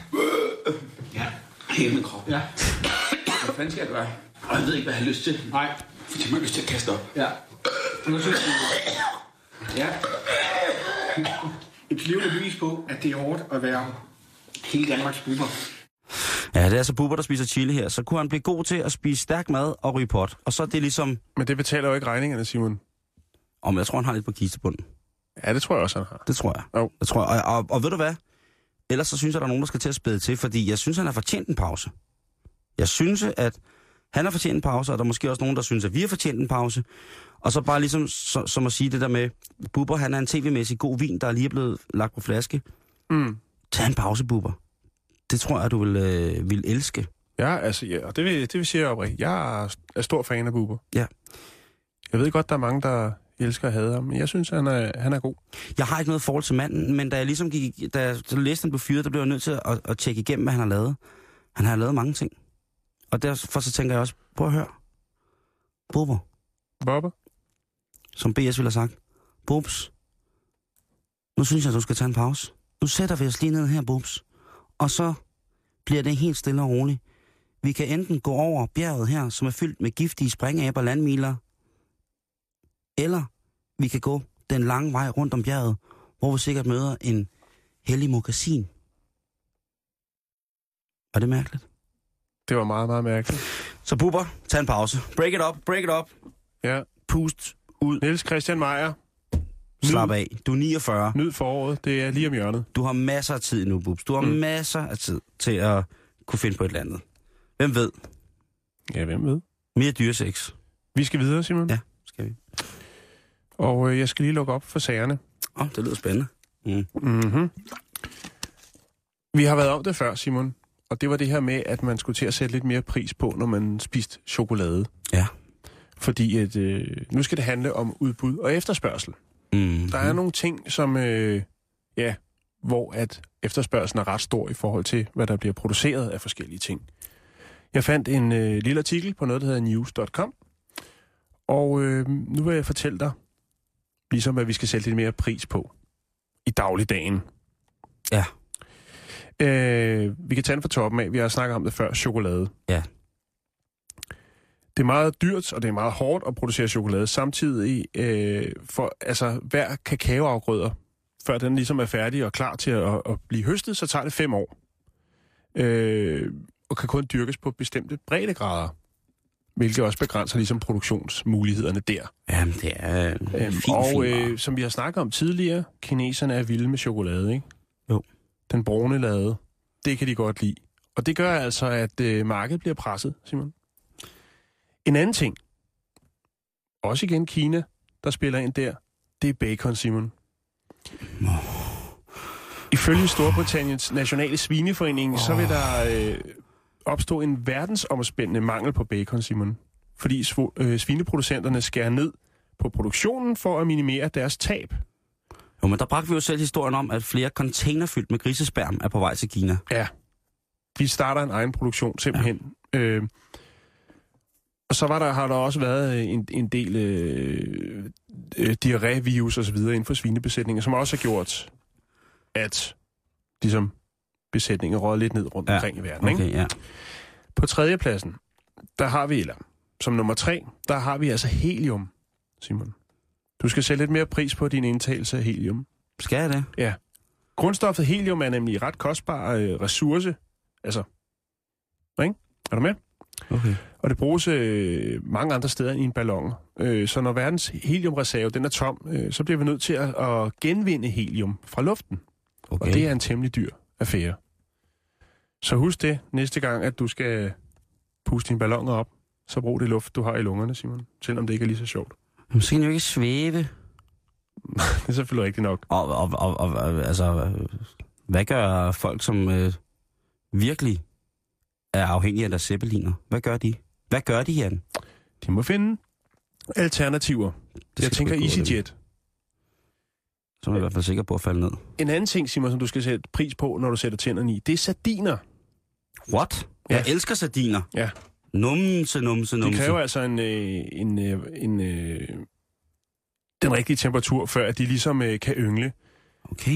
Ja, hele min krop. Ja. Hvad fanden skal jeg gøre? Og jeg ved ikke, hvad jeg har lyst til. Nej. Fordi man har lyst til at kaste op. Ja. Nu synes jeg... Ja. et levende bevis på, at det er hårdt at være hele Danmarks Bubber. Ja, det er altså Bubber, der spiser chili her. Så kunne han blive god til at spise stærk mad og ryge pot. Og så er det ligesom... Men det betaler jo ikke regningerne, Simon. Men jeg tror, han har lidt på kistebunden. Ja, det tror jeg også, han har. Det tror jeg. Jo. Jeg tror, og ved du hvad? Ellers så synes jeg, der er nogen, der skal til at spæde til, fordi jeg synes, han har fortjent en pause. Jeg synes, at han har fortjent en pause, og der er måske også nogen, der synes, at vi har fortjent en pause. Og så bare ligesom, som at sige det der med, Bubber, han er en tv-mæssig god vin, der lige er blevet lagt på flaske. Tag en pause, Bubber. Det tror jeg, du vil elske. Ja, altså, ja, og det vil sige oprigtigt. Jeg er stor fan af Bubber. Ja. Jeg ved godt, der er mange, der elsker at have ham, men jeg synes, han er god. Jeg har ikke noget forhold til manden, men da jeg ligesom da jeg læste, han blev fyret, der blev jeg nødt til at tjekke igennem, hvad han har lavet. Han har lavet mange ting. Og derfor så tænker jeg også, prøv at høre. Bubber. Som BS ville have sagt. Bubs. Nu synes jeg, du skal tage en pause. Nu sætter vi os lige ned her, Bubs. Og så bliver det helt stille og roligt. Vi kan enten gå over bjerget her, som er fyldt med giftige springaber landmiler, eller vi kan gå den lange vej rundt om bjerget, hvor vi sikkert møder en hellig mokassin. Var det mærkeligt? Det var meget, meget mærkeligt. Så Bubber, tag en pause. Break it up. Ja. Pust ud. Niels Christian Meyer. Slap af. Du er 49. Nyd foråret. Det er lige om hjørnet. Du har masser af tid nu, Bubs. Du har masser af tid til at kunne finde på et eller andet. Hvem ved? Ja, hvem ved? Mere dyresex. Vi skal videre, Simon. Ja, skal vi. Og jeg skal lige lukke op for sagerne. Det lyder spændende. Vi har været om det før, Simon. Og det var det her med, at man skulle til at sætte lidt mere pris på, når man spiste chokolade. Ja. Fordi at, nu skal det handle om udbud og efterspørgsel. Der er nogle ting, som, hvor at efterspørgselen er ret stor i forhold til, hvad der bliver produceret af forskellige ting. Jeg fandt en lille artikel på noget, der hedder news.com. Og nu vil jeg fortælle dig, ligesom hvad vi skal sætte lidt mere pris på i dagligdagen. Ja. Vi kan tage den fra toppen af. Vi har snakket om det før. Chokolade. Ja. Det er meget dyrt, og det er meget hårdt at producere chokolade. Samtidig hver kakaoafgrøder, før den ligesom er færdig og klar til at blive høstet, så tager det 5 år. Og kan kun dyrkes på bestemte breddegrader. Hvilket også begrænser ligesom produktionsmulighederne der. Jamen, det er fint. Som vi har snakket om tidligere, kineserne er vilde med chokolade, ikke? Jo. Den brune lade, det kan de godt lide. Og det gør altså, at markedet bliver presset, Simon. En anden ting, også igen Kina, der spiller ind der, det er bacon, Simon. Ifølge Storbritanniens nationale svineforening, så vil der opstå en verdensomspændende mangel på bacon, Simon. Fordi svineproducenterne skærer ned på produktionen for at minimere deres tab. Jo, men der bragte vi jo selv historien om, at flere container fyldt med grisesperm er på vej til Kina. Ja. De starter en egen produktion, simpelthen. Ja. Og så har der også været en del diarré-virus og så videre inden for svinebesætninger, som også har gjort, at ligesom besætninger røget lidt ned rundt omkring i verden. Okay, ikke? Ja. På 3. pladsen, der har vi, eller som nummer 3, der har vi altså helium, Simon. Du skal sætte lidt mere pris på din indtagelse af helium. Skal jeg det? Ja. Grundstoffet helium er nemlig ret kostbar ressource. Altså, ikke? Er du med? Okay. Og det bruges mange andre steder end i en ballon. Så når verdens heliumreserve den er tom, så bliver vi nødt til at genvinde helium fra luften. Okay. Og det er en temmelig dyr affære. Så husk det næste gang, at du skal puste dine balloner op, så brug det luft, du har i lungerne, Simon. Selvom det ikke er lige så sjovt. Men så kan jo ikke svæve. Det er selvfølgelig rigtigt nok. Og altså, hvad gør folk, som virkelig er afhængige af deres zeppeliner? Hvad gør de? Hvad gør de, Jan? De må finde alternativer. Jeg tænker EasyJet. Så er jeg i hvert fald sikker på at falde ned. En anden ting, Simon, som du skal sætte pris på, når du sætter tænderne i, det er sardiner. What? Ja. Jeg elsker sardiner. Ja. Numse. Det kræver altså den rigtige temperatur, før at de ligesom kan yngle. Okay.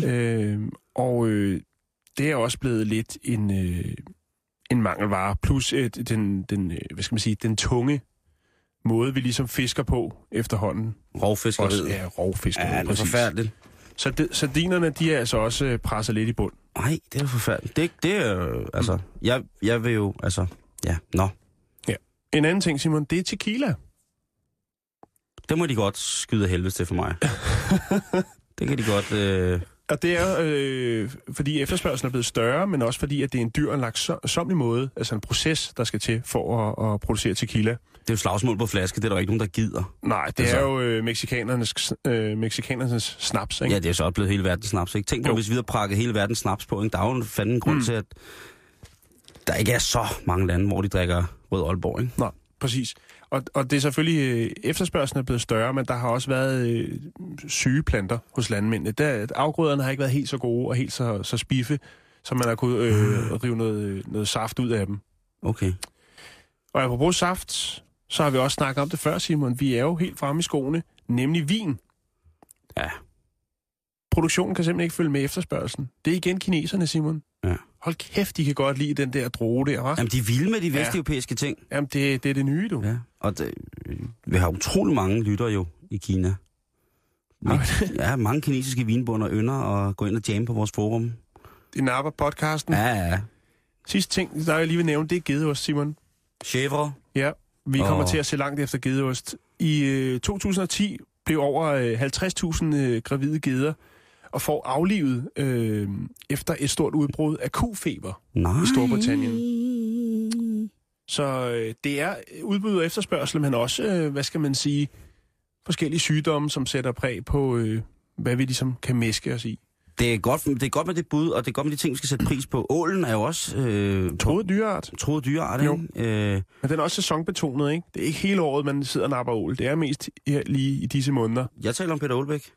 Det er også blevet lidt en mangelvare. Plus den tunge måde, vi ligesom fisker på efterhånden. Rovfiskeriet. Ja, rovfiskeriet. Ja, det er forfærdeligt. Så sardinerne, de er altså også presset lidt i bund. Nej, det er forfærdeligt. Det er altså... Jeg vil jo... Altså... Ja, nå. Ja. En anden ting, Simon, det er tequila. Det må de godt skyde af helvede til for mig. Det kan de godt... Og det er, fordi efterspørgselen er blevet større, men også fordi, at det er en dyr og langsomlig måde, altså en proces, der skal til for at producere tequila. Det er jo slagsmål på flaske, det er der ikke nogen, der gider. Nej, det er jo mexikanernes snaps, ikke? Ja, det er så blevet hele verdens snaps, ikke? Tænk på, hvis vi havde prakket hele verdens snaps på, ikke? Der er jo fanden grund til, at der ikke er så mange lande, hvor de drikker rød Aalborg, ikke? Nej, præcis. Og det er selvfølgelig, efterspørgselen er blevet større, men der har også været syge planter hos landmændene. Afgrøderne har ikke været helt så gode og helt så spiffe, så man har kunnet rive noget saft ud af dem. Okay. Og apropos saft, så har vi også snakket om det før, Simon. Vi er jo helt fremme i skoene, nemlig vin. Ja. Produktionen kan simpelthen ikke følge med efterspørgselen. Det er igen kineserne, Simon. Ja. Hold kæft, de kan godt lide den der droge der, hva'? Jamen, de er vilde med de vesteuropæiske ting. Jamen, det er det nye, du. Ja, og vi har utrolig mange lytter jo i Kina. Ja, mange kinesiske vinbunder ynder at gå ind og jamme på vores forum. Det napper podcasten. Ja. Sidste ting, der jeg lige vil nævne, det er gedeost, Simon. Chèvre. Ja, vi kommer til at se langt efter gedeost. I 2010 blev over 50.000 gravide geder og får aflivet efter et stort udbrud af kufeber i Storbritannien. Så det er udbud og efterspørgsel, men også, hvad skal man sige, forskellige sygdomme, som sætter præg på, hvad vi ligesom kan mæske os i. Det er godt med det bud, og det er godt med de ting, vi skal sætte pris på. Ålen er jo også... Troet dyreart. Troet dyreart, ikke? Men den er også sæsonbetonet, ikke? Det er ikke hele året, man sidder og napper ål. Det er mest lige i disse måneder. Jeg taler om Peter Aalbæk.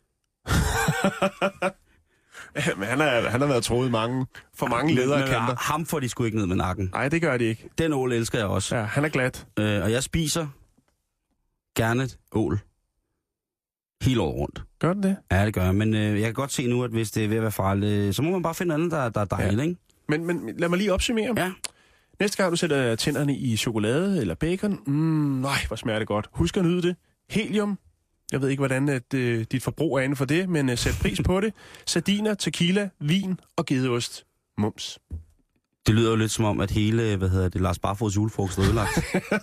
Men han har været troet for mange ledere kanter. Ham får de sgu ikke ned med nakken. Nej, det gør de ikke. Den ål elsker jeg også. Ja, han er glat. Og jeg spiser gerne ål. Hele året rundt. Gør den det? Ja, det gør jeg. Men jeg kan godt se nu, at hvis det er ved at være farligt, så må man bare finde andet, der er dejligt, ikke? Men lad mig lige opsummere. Ja. Næste gang du sætter tænderne i chokolade eller bacon, nej, hvor smager det godt. Husk at nyde det. Helium. Jeg ved ikke, hvordan dit forbrug er inden for det, men sæt pris på det. Sardiner, tequila, vin og gedeost. Mums. Det lyder jo lidt som om, at hele, Lars Barfods julefrokost er ødelagt.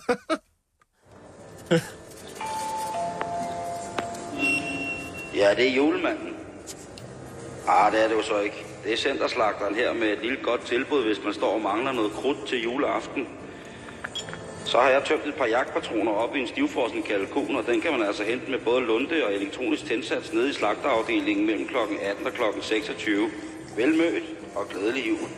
Ja, det er julemanden. Det er det jo så ikke. Det er centerslagteren her med et lille godt tilbud, hvis man står og mangler noget krudt til juleaften. Så har jeg tømt et par jagtpatroner op i en stivfrossen kalkun, og den kan man altså hente med både lunde og elektronisk tændsats nede i slagterafdelingen mellem kl. 18 og kl. 26. Velmødt og glædelig jul.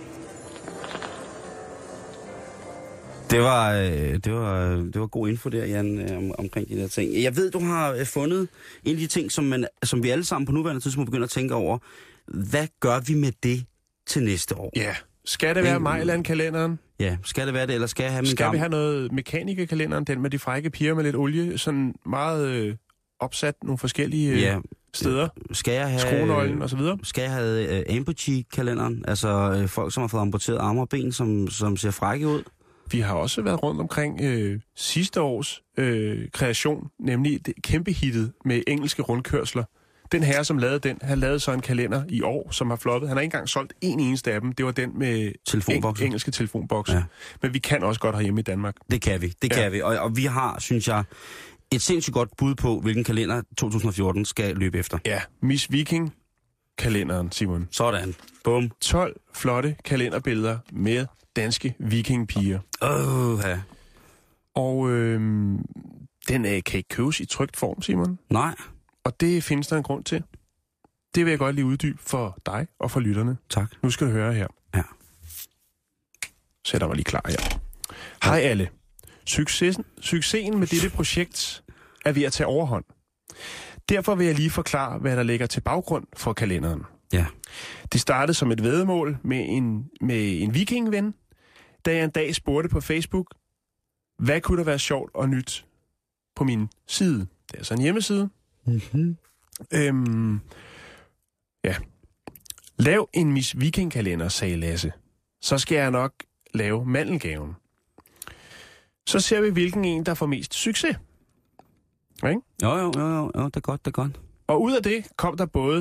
Det var god info der, Jan, omkring de der ting. Jeg ved, du har fundet en af de ting, som vi alle sammen på nuværende tidspunkt begynder at tænke over. Hvad gør vi med det til næste år? Ja, skal det være Mejland-kalenderen? Ja, skal det være det, eller skal jeg have min Skal vi have noget mekanikerkalenderen, den med de frække piger med lidt olie, sådan meget opsat nogle forskellige steder? Skal jeg have skruenøglen og så videre? Skal jeg have amputee-kalenderen, altså folk, som har fået amputeret arme og ben, som ser frække ud? Vi har også været rundt omkring sidste års kreation, nemlig det kæmpe hittet med engelske rundkørsler. Den herre, som lavede den, han lavede så en kalender i år, som har floppet. Han har ikke engang solgt en eneste af dem. Det var den med engelske telefonbokse. Ja. Men vi kan også godt herhjemme i Danmark. Det kan vi. Og vi har, synes jeg, et sindssygt godt bud på, hvilken kalender 2014 skal løbe efter. Ja, Miss Viking-kalenderen, Simon. Sådan. Bum. 12 flotte kalenderbilleder med danske vikingpiger. Ja. Og den kan ikke købes i trykt form, Simon. Nej. Og det findes der en grund til. Det vil jeg godt lige uddybe for dig og for lytterne. Tak. Nu skal du høre her. Ja. Sætter mig lige klar her. Hej alle. Succesen med dette projekt er ved at tage overhånd. Derfor vil jeg lige forklare, hvad der ligger til baggrund for kalenderen. Ja. Det startede som et væddemål med en vikingven, da jeg en dag spurgte på Facebook, hvad kunne der være sjovt og nyt på min side? Det er altså en hjemmeside. Mm-hmm. Ja. Lav en Miss Viking-kalender, sagde Lasse. Så skal jeg nok lave mandelgaven. Så ser vi, hvilken en, der får mest succes. Ikke? Jo, det er godt. Og ud af det kom der både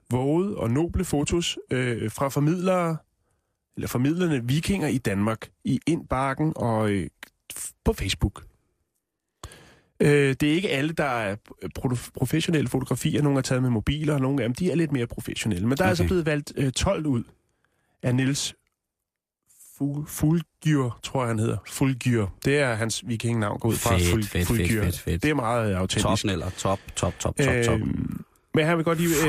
vågede og noble fotos fra formidlerne vikinger i Danmark, i Indbakken og på Facebook. Det er ikke alle, der er professionelle fotografier. Nogle er taget med mobiler, og nogle af dem de er lidt mere professionelle. Men der er altså blevet valgt 12 ud af Niels Fuglgyr, tror jeg han hedder. Fuglgyr. Det er hans vikingnavn, går ud fra. Fedt. Det er meget autentisk. Top. Men han vil godt lige...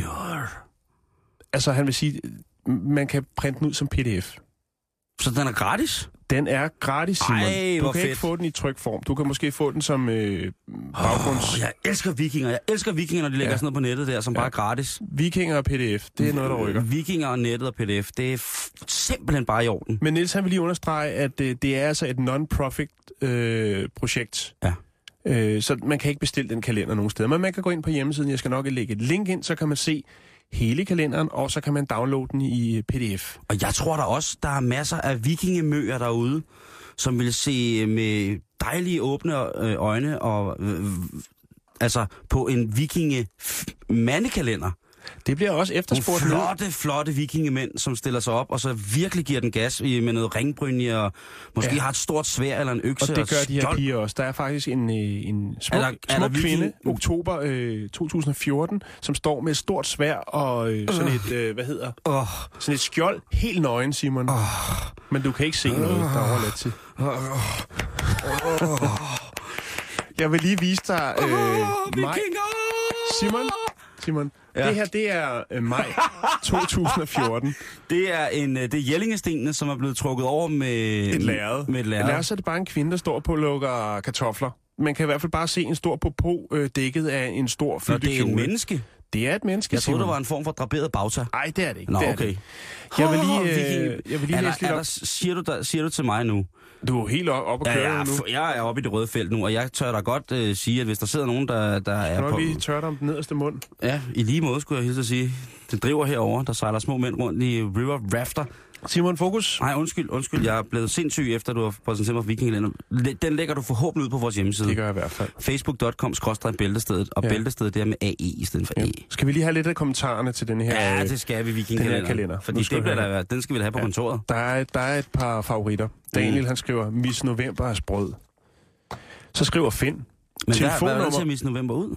altså han vil sige, man kan printe den ud som pdf. Så den er gratis? Den er gratis, Simon. Ej, du kan fedt. ikke få den i trykform. Du kan måske få den som baggrunds... Jeg elsker vikinger, når de lægger sådan noget på nettet der, som bare er gratis. Vikinger og pdf, det er noget, der rykker. Vikinger og nettet og pdf, det er simpelthen bare i orden. Men Niels, han vil lige understrege, at det er altså et non-profit projekt. Ja. Så man kan ikke bestille den kalender nogen steder. Men man kan gå ind på hjemmesiden, jeg skal nok lægge et link ind, så kan man se hele kalenderen, og så kan man downloade den i pdf. Og jeg tror der er masser af vikingemøer derude, som vil se med dejlige åbne øjne og altså på en vikinge-mandekalender. Det bliver også efterspurgt. Flotte vikingemænd, som stiller sig op, og så virkelig giver den gas med noget ringbrynje, og måske har et stort sværd eller en økse. Og det gør de her piger også. Der er faktisk en smuk kvinde, oktober 2014, som står med et stort sværd og sådan et, sådan et skjold, helt nøgen, Simon. Men du kan ikke se noget, der er overladt til. Jeg vil lige vise dig mig. Simon, det her, det er maj 2014. Det er Jellingestenene, som er blevet trukket over med et lærred. Ellers er det bare en kvinde, der står på og lukker kartofler. Man kan i hvert fald bare se en stor popo dækket af en stor fyldt kjole. Det er et menneske? Det er et menneske, Jeg troede, der var en form for draperet bagtag. Nej, det er det ikke. Nå, det er okay. Det. Jeg vil lige læse lidt op. Siger du til mig nu? Du er helt op at køre nu. Jeg er oppe i det røde felt nu, og jeg tør da godt sige, at hvis der sidder nogen, der er på... vi tørre om den nederste mund. Ja, i lige måde skulle jeg hilse at sige. Det driver herover, der sejler små mænd rundt i River Rafter. Simon, fokus. Nej, undskyld. Jeg er blevet sindssyg efter, du har præsenteret mig for Vikingelænder. Den lægger du forhåbentlig ud på vores hjemmeside. Det gør jeg i hvert fald. Facebook.com/bæltestedet, og bæltestedet der med AE i stedet for E. Skal vi lige have lidt af kommentarerne til denne her... Ja, det skal vi, Vikingelænder. Fordi den skal vi da have på kontoret. Der er et par favoritter. Daniel, han skriver, Miss November er sprød. Så skriver Finn. Men hvad er det til Miss November ud?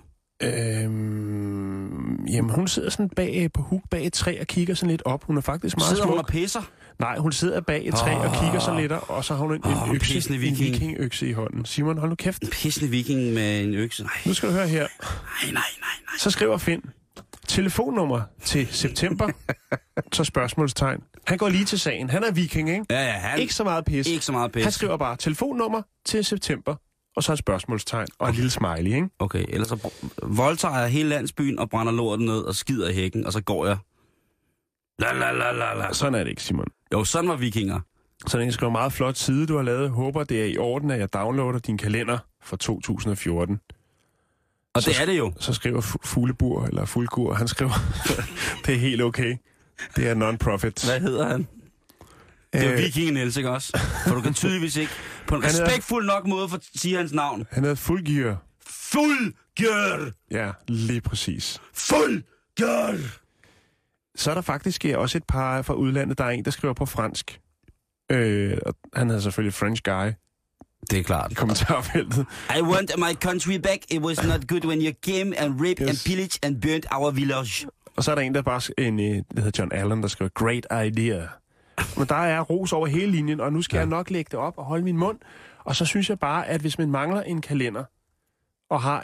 Jamen, hun sidder sådan på huk bag et træ og kigger sådan lidt op. Hun er faktisk meget smuk. Sidder hun og pisser? Nej, hun sidder bag et træ og kigger sådan lidt, og så har hun en vikingøkse i hånden. Simon, hold nu kæft. En pissende viking med en økse? Nej. Nu skal du høre her. Nej. Så skriver Finn. Telefonnummer til september. Så spørgsmålstegn. Han går lige til sagen. Han er viking, ikke? Ja, ikke så meget pis. Ikke så meget pis. Han skriver bare telefonnummer til september. Og så et spørgsmålstegn og en lille smiley, ikke? Okay, ellers så voldtager jeg hele landsbyen og brænder lorten ned og skider i hækken, og så går jeg. La. Sådan er det ikke, Simon. Jo, sådan var vikinger. Så den skriver meget flot side, du har lavet. Håber, det er i orden, at jeg downloader din kalender for 2014. Og så, det er det jo. Så skriver Fuglebur, eller Fuglgur, han skriver, det er helt okay. Det er non-profit. Hvad hedder han? Det er Vikingen Niels, ikke også? For du kan tydeligvis ikke på en respektfuld nok måde for at sige hans navn. Han hedder Fuglgyr. Fuglgyr! Ja, lige præcis. Fuglgyr! Så er der faktisk også et par fra udlandet. Der er en, der skriver på fransk. Han hedder selvfølgelig French Guy. Det er klart. I kommentarfeltet. I want my country back. It was not good when you came and raped and pillaged and burnt our village. Og så er der en, der bare der hedder John Allen, der skriver, great idea. Men der er ros over hele linjen, og nu skal jeg nok lægge det op og holde min mund. Og så synes jeg bare, at hvis man mangler en kalender, og har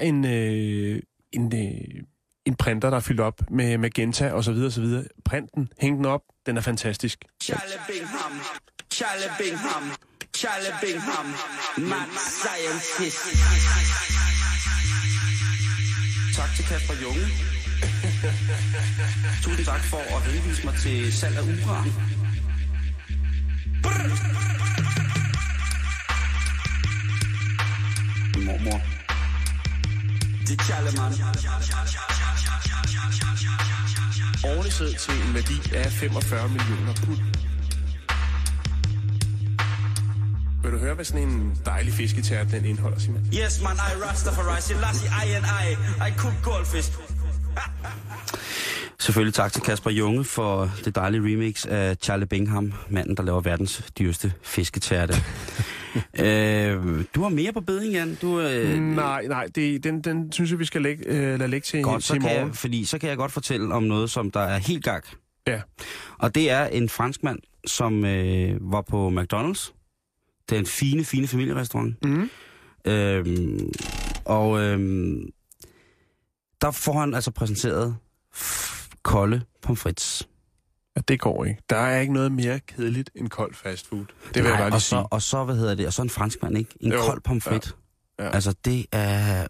en printer, der er fyldt op med magenta og så videre, print den, hæng den op, den er fantastisk. Charlie Bingham, mad scientist. Tak til Kasper Junge. Tusind tak for at henvise mig til salg af uran. Mormor. Det er Charlemagne. Årlig sæd til en værdi af 45 millioner pund. Vil du høre, hvad sådan en dejlig fisketært den indeholder, Simon? Yes, man, I Rastafari, Selassie, I cook goldfish. Selvfølgelig tak til Kasper Junge for det dejlige remix af Charlie Bingham, manden, der laver verdens dyreste fisketærte. Du har mere på beding, Jan? Nej, den synes jeg, vi skal lade lægge til godt, i morgen. Så kan jeg godt fortælle om noget, som der er helt gak. Ja. Og det er en franskmand, som var på McDonald's. Det er en fine familierestaurant. Mm. Der får han altså præsenteret kolde pomfrits. Ja, det går ikke. Der er ikke noget mere kedeligt end kold fastfood. Det vil jeg bare lige sige. Og så, og så en franskmand, ikke? En kold pomfrit. Ja. Altså, det er...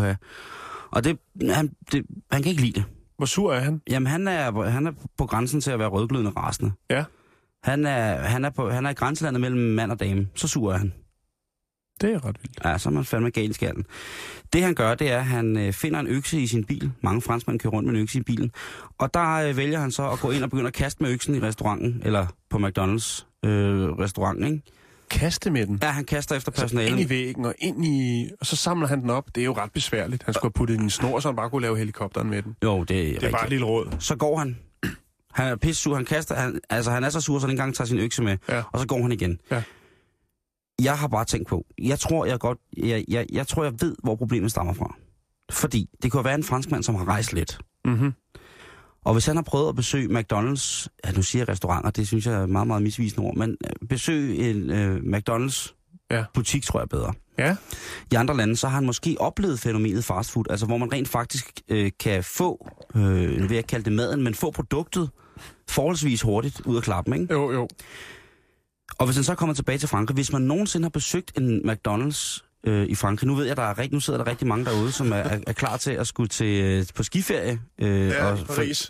Og han kan ikke lide det. Hvor sur er han? Jamen, han er på grænsen til at være rødglødende rasende. Ja. Han er i grænselandet mellem mand og dame. Så sur er han. Det er ret vildt. Ja, så er man fandme galt i skallen. Det han gør, det er, at han finder en økse i sin bil. Mange franskmænd kører rundt med en økse i bilen. Og der vælger han så at gå ind og begynde at kaste med øksen i restauranten, eller på McDonald's restauranten, ikke? Kaste med den? Ja, han kaster efter personalet. Ind i væggen og så samler han den op. Det er jo ret besværligt. Han skulle have puttet den i snor, så han bare kunne lave helikopteren med den. Jo, det er bare et lille råd. Så går han. Han er pisse sur. Han er så sur, så han ikke engang tager sin økse med. Ja. Og så går han igen. Ja. Jeg har bare tænkt på, jeg tror, jeg ved, hvor problemet stammer fra. Fordi det kunne være en franskmand, som har rejst lidt. Mm-hmm. Og hvis han har prøvet at besøge McDonald's, nu siger jeg restauranter, det synes jeg er meget, meget misvisende ord, men besøge en McDonald's butik, tror jeg bedre. Ja. I andre lande, så har han måske oplevet fænomenet fastfood, altså hvor man rent faktisk kan få, nu vil jeg kalde det maden, men få produktet forholdsvis hurtigt ud af klappen, ikke? Jo. Og hvis han så kommer tilbage til Frankrig, hvis man nogensinde har besøgt en McDonald's i Frankrig, nu ved jeg, nu sidder der rigtig mange derude, som er klar til at skulle på skiferie. Og Paris.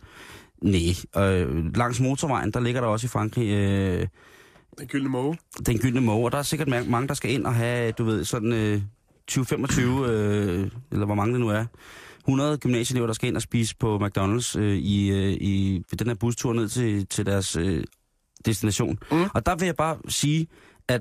Langs motorvejen, der ligger der også i Frankrig... Den gyldne måge. Den gyldne måge, og der er sikkert mange, der skal ind og have, du ved, sådan 20-25, eller hvor mange det nu er, 100 gymnasieelever, der skal ind og spise på McDonald's i den her bustur ned til deres destination. Mm. Og der vil jeg bare sige, at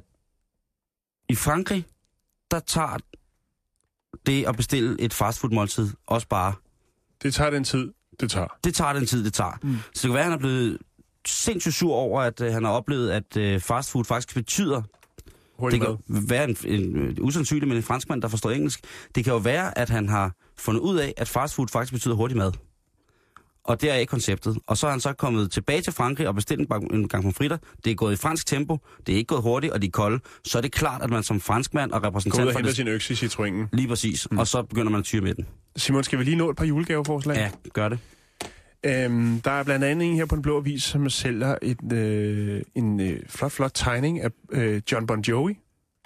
i Frankrig, der tager det at bestille et fastfood-måltid også bare... Det tager den tid, det tager. Det tager den tid, det tager. Mm. Så det kan være, at han er blevet sindssygt sur over, at han har oplevet, at fastfood faktisk betyder... Det kan være en usandsynlig, men en franskmand, der forstår engelsk. Det kan jo være, at han har fundet ud af, at fastfood faktisk betyder hurtig mad. Og det er ikke konceptet. Og så er han så kommet tilbage til Frankrig og bestilt en gang pomfritter. Det er gået i fransk tempo, det er ikke gået hurtigt, og de er kolde. Så er det klart, at man som franskmand og repræsentant går ud og henter sin økse i Citroënen. Lige præcis. Og så begynder man at tyre med den. Simon, skal vi lige nå et par julegaveforslag? Ja, gør det. Der er blandt andet en her på Den Blå Avis, som sælger en flot tegning af John Bon Jovi.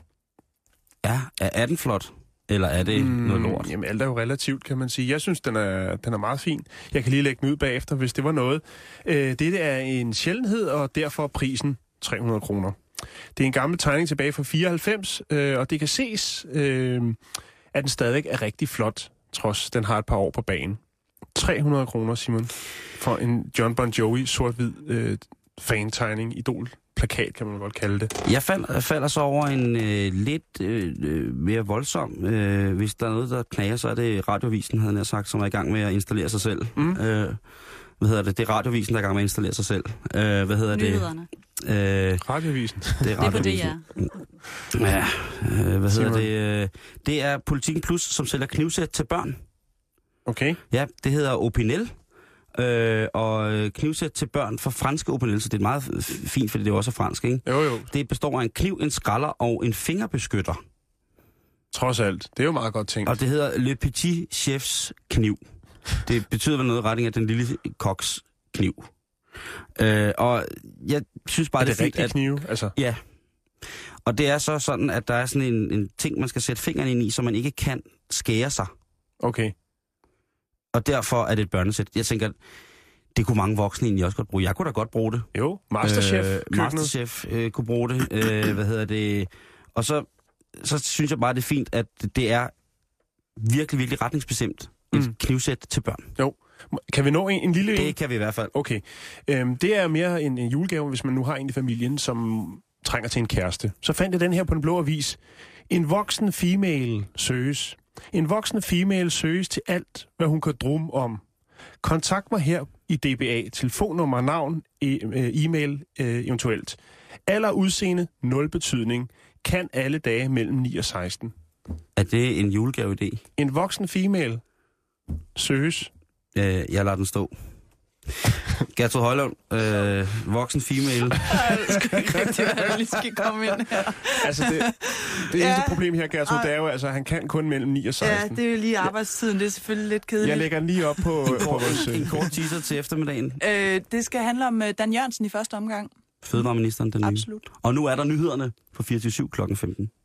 Ja, er den flot? Eller er det noget lort? Jamen, alt er jo relativt, kan man sige. Jeg synes, den er meget fin. Jeg kan lige lægge den ud bagefter, hvis det var noget. Dette er en sjældenhed, og derfor prisen 300 kroner. Det er en gammel tegning tilbage fra 94, og det kan ses, at den stadig er rigtig flot, trods den har et par år på banen. 300 kroner, Simon, for en John Bon Jovi sort-hvid fan-tegning, idol-plakat, kan man godt kalde det. Jeg falder så over en lidt mere voldsom, hvis der er noget, der knager, så er det Radioavisen, havde jeg sagt, som er i gang med at installere sig selv. Det er Radioavisen, der er i gang med at installere sig selv. Nyhederne. Radioavisen. Det er Radioavisen. Det det er Politiken Plus, som sælger knivsæt til børn. Okay. Ja, det hedder Opinel. Og knivsæt til børn for franske Opinel, så det er meget fint, fordi det er også fransk, ikke? Jo. Det består af en kniv, en skralder og en fingerbeskytter. Trods alt. Det er jo meget godt tænkt. Og det hedder Le Petit Chefs kniv. Det betyder vel noget i retning af den lille koks kniv. Og jeg synes bare, det er fint, at knive, altså. Ja. Og det er så sådan, at der er sådan en ting, man skal sætte fingeren ind i, så man ikke kan skære sig. Okay. Og derfor er det et børnesæt. Jeg tænker, det kunne mange voksne egentlig også godt bruge. Jeg kunne da godt bruge det. Jo, Masterchef. Masterchef kunne bruge det. Og så synes jeg bare, det er fint, at det er virkelig, virkelig retningsbestemt. Et knivsæt til børn. Jo. Kan vi nå en lille... Det kan vi i hvert fald. Okay. Det er mere en julegave, hvis man nu har en i familien, som trænger til en kæreste. Så fandt jeg den her på Den Blå Avis. En voksen female søges. En voksen female søges til alt, hvad hun kan drømme om. Kontakt mig her i DBA. Telefonnummer, navn, e-mail eventuelt. Alder, udseende, 0 betydning. Kan alle dage mellem 9 og 16. Er det en julegave-idé? En voksen female søges. Jeg lader den stå. Gertrud Højlund, voksen female. Jeg skal ikke rigtig, hvad jeg lige skal komme ind her. Altså det eneste problem her, Gertrud, det er jo, altså han kan kun mellem 9 og 16. Ja, det er jo lige arbejdstiden, det er selvfølgelig lidt kedeligt. Jeg lægger den lige op på vores... En kort teaser til eftermiddagen. Det skal handle om Dan Jørgensen i første omgang. Fødevareministeren, den nye. Absolut. Og nu er der nyhederne på 24/7 klokken 15.